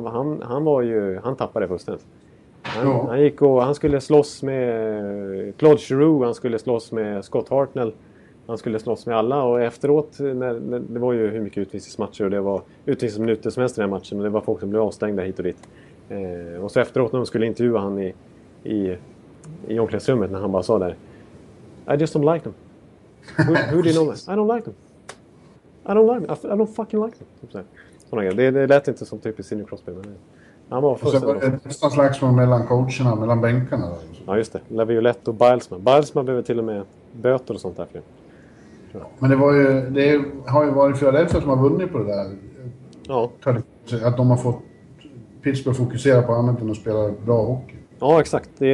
Han tappade fullständigt. Han gick och han skulle slåss med Claude Giroux, han skulle slåss med Scott Hartnell, han skulle slåss med alla, och efteråt när det var ju hur mycket utvisningsmatcher och det var utvisningsminuter som helst i den matchen, och det var folk som blev avstängda hit och dit. Och så efteråt när de skulle intervjua han i omklädningsrummet, när han bara sa där, I just don't like them. Who do you know that? I don't like them. I don't fucking like them. Det lät inte som typiskt Sidney Crosby, men han var först. Och så var det nästan slagsmål mellan coacherna, mellan bänkarna. Ja, just det. Laviolette och Bilesman. Bilesman blev till och med böter och sånt där. Ja. Men det har ju varit Philadelphia som har vunnit på det där. Ja. Att de har fått Pittsburgh fokusera på annat än att spela bra hockey. Ja, exakt. Det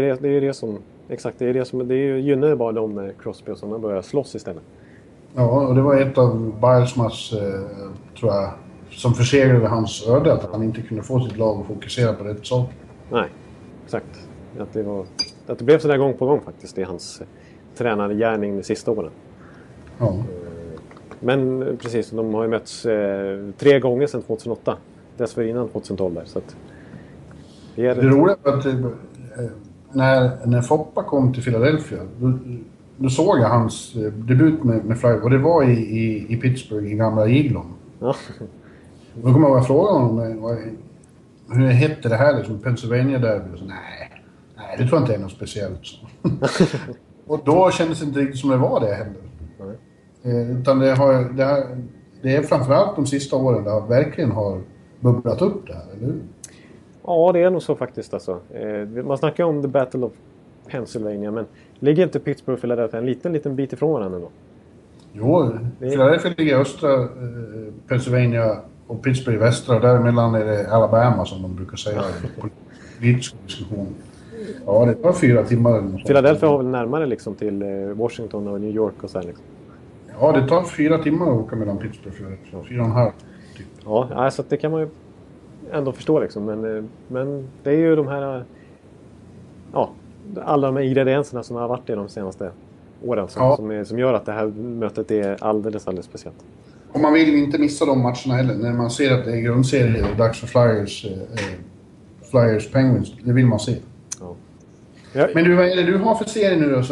gynnar ju bara dem med Crosby och sådana börjar slåss istället. Ja, och det var ett av Bilesmans, tror jag, som försegrade hans öde, att han inte kunde få sitt lag att fokusera på rätt sak. Nej, exakt. Att det blev så där gång på gång faktiskt. Det är hans tränargärning de sista åren. Ja. Men precis, de har ju mötts 3 gånger sedan 2008. Dessförinnan 2012 där. Så att det roliga är att när Foppa kom till Philadelphia, då såg jag hans debut med Flyers, och det var i Pittsburgh, i gamla Iglon. Ja. Då kommer jag fråga honom hur hette det här liksom, Pennsylvania Derby? Nej, det tror jag inte är något speciellt. Och då kändes det inte riktigt som det var det heller. Utan det är framförallt de sista åren där verkligen har bubblat upp det här, eller hur? Ja, det är nog så faktiskt alltså. Man snackar om The Battle of Pennsylvania, men ligger inte Pittsburgh och Philadelphia en liten bit ifrån varandra då? Jo, Philadelphia ligger i östra Pennsylvania och Pittsburgh i västra, och däremellan är det Alabama som de brukar säga i politisk diskussion. Ja, det tar 4 timmar. Philadelphia har väl närmare liksom till Washington och New York och så här liksom. Ja, det tar 4 timmar att åka mellan Pittsburgh och 4,5 typ. Ja, så det kan man ju ändå förstå liksom. Men det är ju de här... Ja, alla de här ingredienserna som har varit i de senaste åren som gör att det här mötet är alldeles speciellt. Och man vill inte missa de matcherna heller. När man ser att det är grundserie och dags för Flyers Penguins, det vill man se. Ja. Men vad är det du har för serie nu då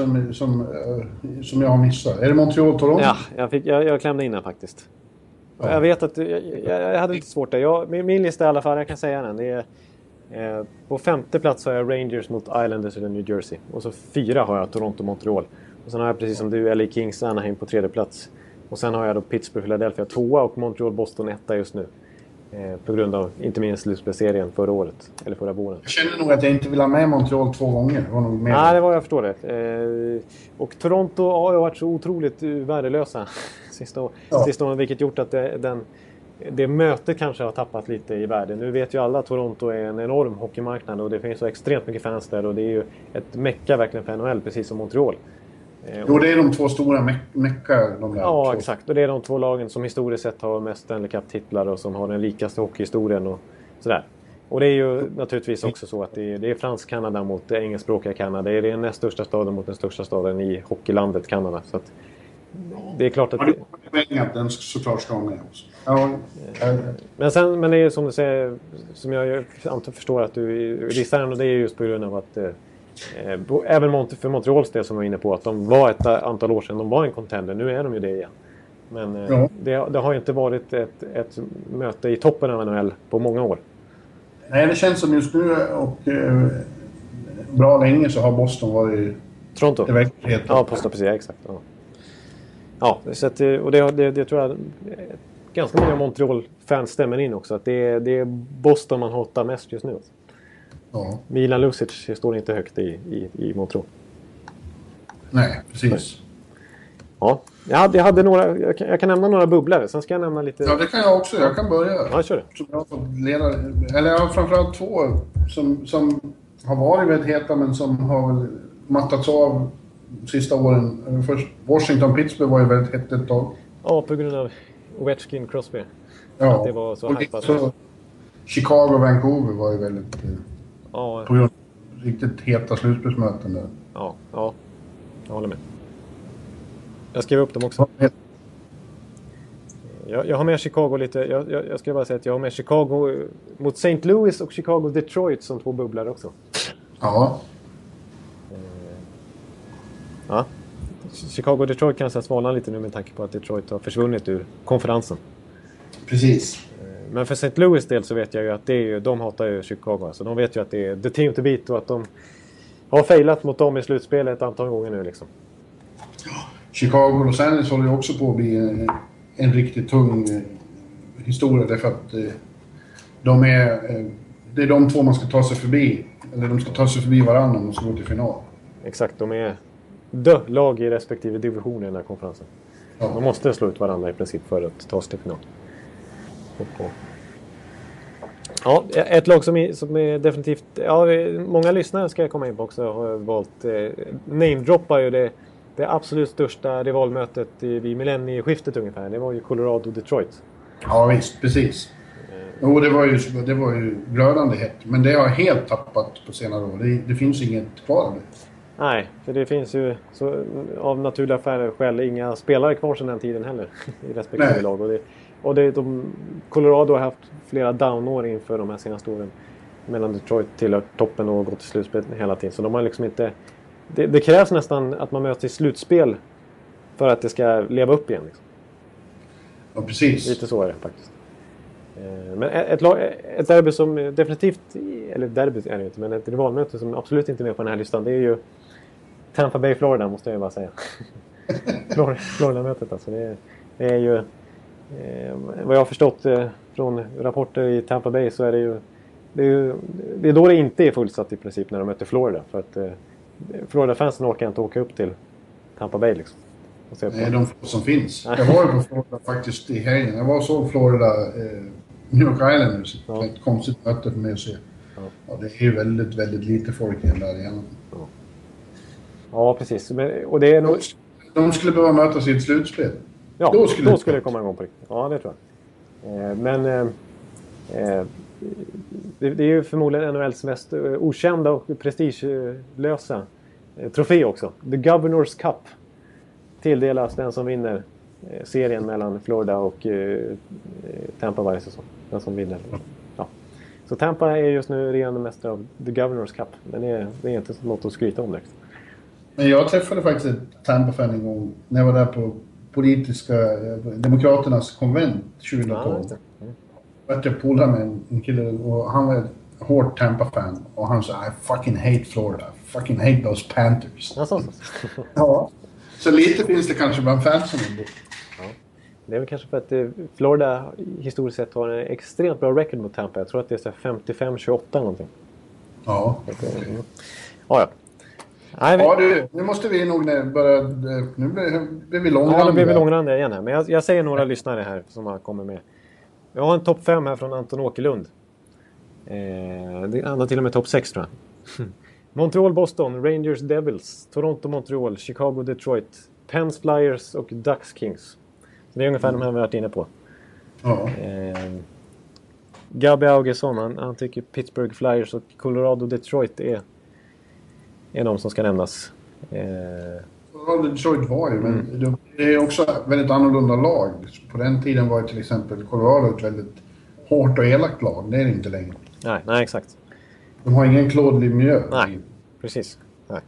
som jag har missat? Är det Montreal-Toronto? Ja, jag klämde in den faktiskt. Ja. Jag vet att jag hade lite svårt där. Min lista i alla fall, jag kan säga den. Det är, på 5:e plats har jag Rangers mot Islanders i New Jersey. Och så 4 har jag Toronto-Montreal. Och sen har jag precis som du LA Kings Anaheim på 3:e plats. Och sen har jag då Pittsburgh-Philadelphia 2 och Montreal-Boston 1 just nu. På grund av inte minst slutspelsserien förra året. Eller förra våren. Jag kände nog att jag inte vill ha med Montreal 2 gånger. Nej, det var jag förstår det. Och Toronto har ju varit så otroligt värdelösa sista åren. Vilket gjort att det mötet kanske har tappat lite i världen. Nu vet ju alla att Toronto är en enorm hockeymarknad. Och det finns så extremt mycket fans där. Och det är ju ett mecka verkligen för NHL, precis som Montreal. Jo, det är de 2 stora mecka. Ja, exakt. Och det är de 2 lagen som historiskt sett har mest Stanley Cup-titlar och som har den rikaste hockeyhistorien och sådär. Och det är ju naturligtvis också så att det är fransk Kanada mot engelskspråkiga Kanada. Det är den näst största staden mot den största staden i hockeylandet Kanada. Så att det är klart att... Den såklart ska vara med också. Ja. Men det är som du säger, som jag antar förstår att du gissar den, och det är just på grund av att... även för Montreals del som jag var inne på, att de var ett antal år sedan, de var en contender, nu är de ju det igen. Men det har inte varit ett möte i toppen av NHL på många år. Nej, det känns som just nu och bra länge så har Boston varit Toronto. Ja, precis, exakt. Ja, så att, och det tror jag ganska många Montreal-fans stämmer in också, att det är Boston man hatar mest just nu. Ja. Milan Lucic står inte högt i Montreal. Nej, precis. Ja, jag hade några. Jag kan nämna några bubblare. Sen ska jag nämna lite... Ja, det kan jag också. Jag kan börja. Ja, kör det. Som jag har framförallt 2 som har varit väldigt heta, men som har väl mattats av sista åren. Först Washington-Pittsburgh var ju väldigt hett ett tag. Ja, på grund av Ovechkin Crosby. Ja, att det var så hypat. Så Chicago och Vancouver var ju väldigt... Ja. På grund av riktigt heta slutspelsmöten där. Ja, jag håller med. Jag skrev upp dem också. Jag har med Chicago lite. Jag ska bara säga att jag har med Chicago mot St. Louis och Chicago Detroit som 2 bubblare också. Ja. Ja. Chicago Detroit kan svalna lite nu med tanke på att Detroit har försvunnit ur konferensen. Precis. Men för St. Louis del så vet jag ju att de hatar ju Chicago. Så de vet ju att det är the team to beat och att de har failat mot dem i slutspelet ett antal gånger nu liksom. Chicago och Los Angeles håller ju också på att bli en riktigt tung historia därför att det är de 2 man ska ta sig förbi. Eller de ska ta sig förbi varandra om de ska gå till final. Exakt, de är lag i respektive division i den här konferensen. Ja. De måste slå ut varandra i princip för att ta sig till final. Ja, ett lag som är definitivt... Ja, många lyssnare ska jag komma in på också har valt... Namedroppar ju det absolut största rivalmötet vid millennieskiftet ungefär. Det var ju Colorado-Detroit. Ja visst, precis. Jo, det var ju glödande hett. Men det har helt tappat på senare år. Det finns inget kvar av det. Nej, för det finns ju av naturliga skäl inga spelare kvar sedan den tiden heller i respektive lag. Colorado har haft flera downår inför de här senaste åren mellan Detroit till toppen och gått till slutspel hela tiden. Så de har liksom inte... Det krävs nästan att man möter i slutspel för att det ska leva upp igen. Liksom. Ja, precis. Lite så är det faktiskt. Men ett derby som definitivt, eller derby är det inte, men ett rivalmöte som absolut inte är med på den här listan, det är ju Tampa Bay, Florida, måste jag ju bara säga. Florida-mötet alltså. Det är ju, vad jag har förstått från rapporter i Tampa Bay, så är det är då det inte är fullsatt i princip när de möter Florida. För att Florida-fansen orkar inte åka upp till Tampa Bay liksom. Det är de få som finns. Jag var ju på Florida faktiskt i helgen. Jag var och såg Florida, New York Islanders. Ja. Ett konstigt möte för mig att se. Ja. Ja, det är ju väldigt, väldigt lite folk i den där igen. Ja, precis. Och det är nog... De skulle behöva mötas i ett slutspel. Ja, då skulle det komma igång på riktigt. Ja, det tror jag. Det är ju förmodligen NHLs mest okända och prestigelösa trofé också. The Governor's Cup tilldelas den som vinner serien mellan Florida och Tampa varje säsong. Den som vinner. Ja. Så Tampa är just nu regerande mästare av The Governor's Cup. Men det är inte något att skryta om direkt. Men jag träffade faktiskt ett Tampa-fan en gång när jag var där på politiska Demokraternas konvent 2012. Jag polade med en kille och han var ett hårt Tampa-fan. Och han sa, I fucking hate Florida. I fucking hate those Panthers. Ja. Så lite finns det kanske bland fansen. Ja. Det är väl kanske för att Florida historiskt sett har en extremt bra record mot Tampa. Jag tror att det är 55-28 någonting. Ja. Ja. Nej, ja du, nu måste vi nog börja... Nu blir vi långrandiga. Ja, nu blir vi långrandiga igen här. Men jag säger några lyssnare här som har kommit med. Jag har en topp 5 här från Anton Åkerlund. Det andra till och med topp 6 tror jag. Montreal, Boston, Rangers, Devils, Toronto, Montreal, Chicago, Detroit, Pens, Flyers och Ducks, Kings. Så det är ungefär de här vi har varit inne på. Ja. Gabby Augesson, han tycker Pittsburgh Flyers och Colorado, Detroit är de som ska nämnas. Colorado, Detroit var ju, men det är också väldigt annorlunda lag. På den tiden var ju till exempel Colorado ett väldigt hårt och elakt lag. Det är det inte längre. Nej, exakt. De har ingen Claude Lemieux. Nej, precis. Nej.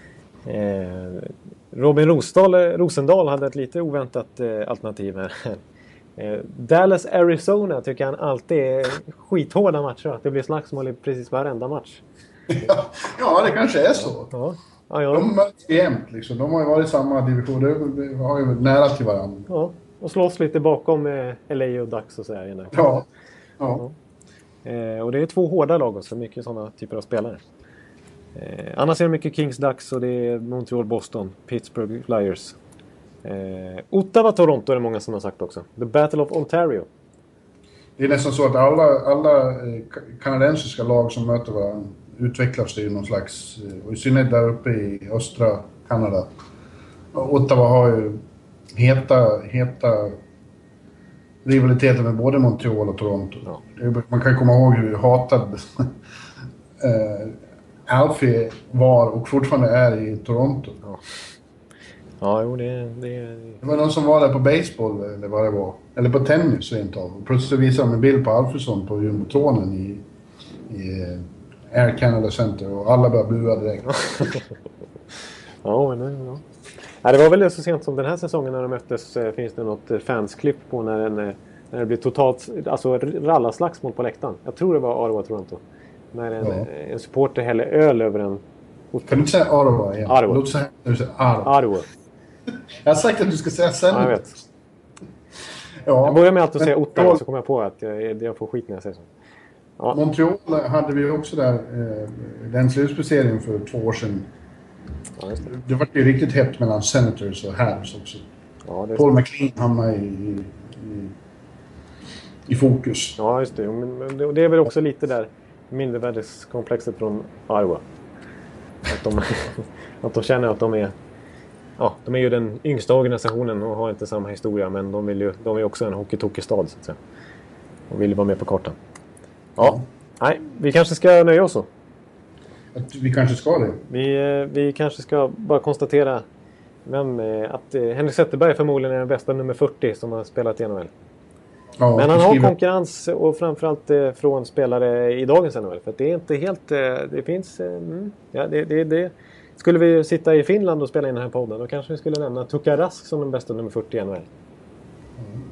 Robin Rosendahl hade ett lite oväntat alternativ här. Dallas, Arizona tycker han alltid är skithårda matcher. Det blir slagsmål i precis varenda match. Ja, det kanske är så. Ja. De möts jämt liksom. De har ju varit i samma division. De har ju varit nära till varandra. Ja, och slåss lite bakom LA och Ducks och så här. Ja. Och det är 2 hårda lag också. Mycket sådana typer av spelare. Annars är det mycket Kings, Ducks och det är Montreal, Boston, Pittsburgh Flyers. Ottawa, Toronto är det många som har sagt också. The Battle of Ontario. Det är nästan så att alla kanadensiska lag som möter varandra utvecklas det i någon slags, och i synnerhet där uppe i östra Kanada. Ottawa har ju heta rivaliteter med både Montreal och Toronto. Ja. Man kan komma ihåg hur hatad Alfie var och fortfarande är i Toronto. Ja, jo, det var någon som var där på baseball eller vad det var. Eller på tennis rent av. Och plötsligt visade de en bild på Alfredsson på jumbotronen i Air Canada Center och alla började bua direkt. Ja. Det var väl så sent som den här säsongen när de möttes, finns det något fansklipp på när det blir totalt, alltså rallaslagsmål på läktaren. Jag tror det var Ottawa, Toronto. När en supporter häller öl över en... Kan du inte säga Ottawa igen? Ottawa. Låt säga Ottawa. Jag har sagt att du ska säga sen. Ja, jag vet. Ja. Jag börjar med att säga Ottawa så kommer jag på att jag får skit när jag säger så. Ja. Montreal hade vi också där, den slutspecieringen för 2 år sedan. Ja, det var ju riktigt hett mellan Senators och Habs också. Ja, Paul McLean hamnade i fokus. Ja, just det. Men det är väl också lite där mindervärdeskomplexet från Ottawa. Att de känner att de är ju den yngsta organisationen och har inte samma historia, men de är också en hockeytokig-stad så att säga. Och vill vara med på kartan. Ja. Nej, vi kanske ska nöja oss så. Vi kanske ska det. Vi kanske ska bara konstatera att Henrik Zetterberg förmodligen är den bästa nummer 40 som har spelat i NHL. Ja, men han har konkurrens och framförallt från spelare i dagens NHL. För att det är inte helt... Det finns... Skulle vi sitta i Finland och spela in den här podden, då kanske vi skulle nämna Tuukka Rask som den bästa nummer 40 i NHL.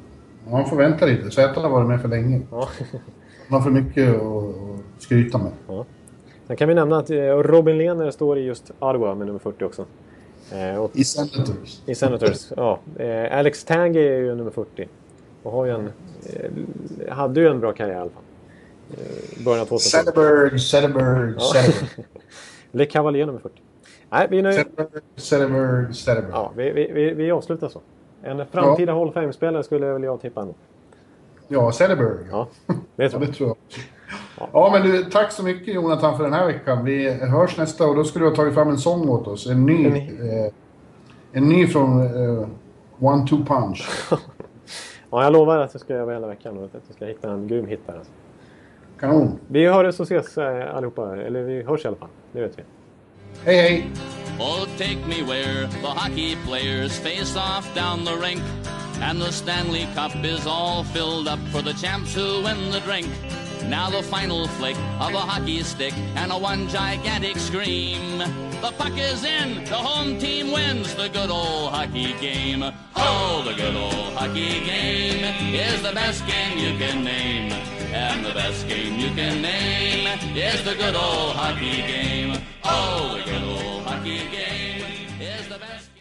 Man får vänta lite. Zäta har varit med för länge. Ja. Man har för mycket att skryta med. Ja. Sen kan vi nämna att Robin Lehner står i just Ottawa med nummer 40 också. I Senators. I Senators, ja. Alex Tanguay är ju nummer 40. Och har ju hade ju en bra karriär i alla fall. Början av 2000. Zetterberg. Le Cavalier nummer 40. Nej, vi är nu... Zetterberg. Ja, vi avslutar så. En framtida Hall of Fame-spelare skulle väl jag tippa ändå. Ja, Zetterberg. Ja, det tror jag. Ja, men du, tack så mycket Jonathan för den här veckan. Vi hörs nästa och då skulle du ha tagit fram en sång åt oss. En ny från One Two Punch. Ja, jag lovar att jag ska göra hela veckan och att jag ska hitta en grym hit där. Alltså. Kanon. Vi hörs och ses allihopa. Eller vi hörs i alla fall, det vet vi. Hej. Oh, take me where the hockey players face off down the rink, and the Stanley Cup is all filled up for the champs who win the drink. Now the final flick of a hockey stick and a one gigantic scream. The puck is in, the home team wins the good old hockey game. Oh, the good old hockey game is the best game you can name. And the best game you can name is the good old hockey game. Oh, the good old hockey game is the best game.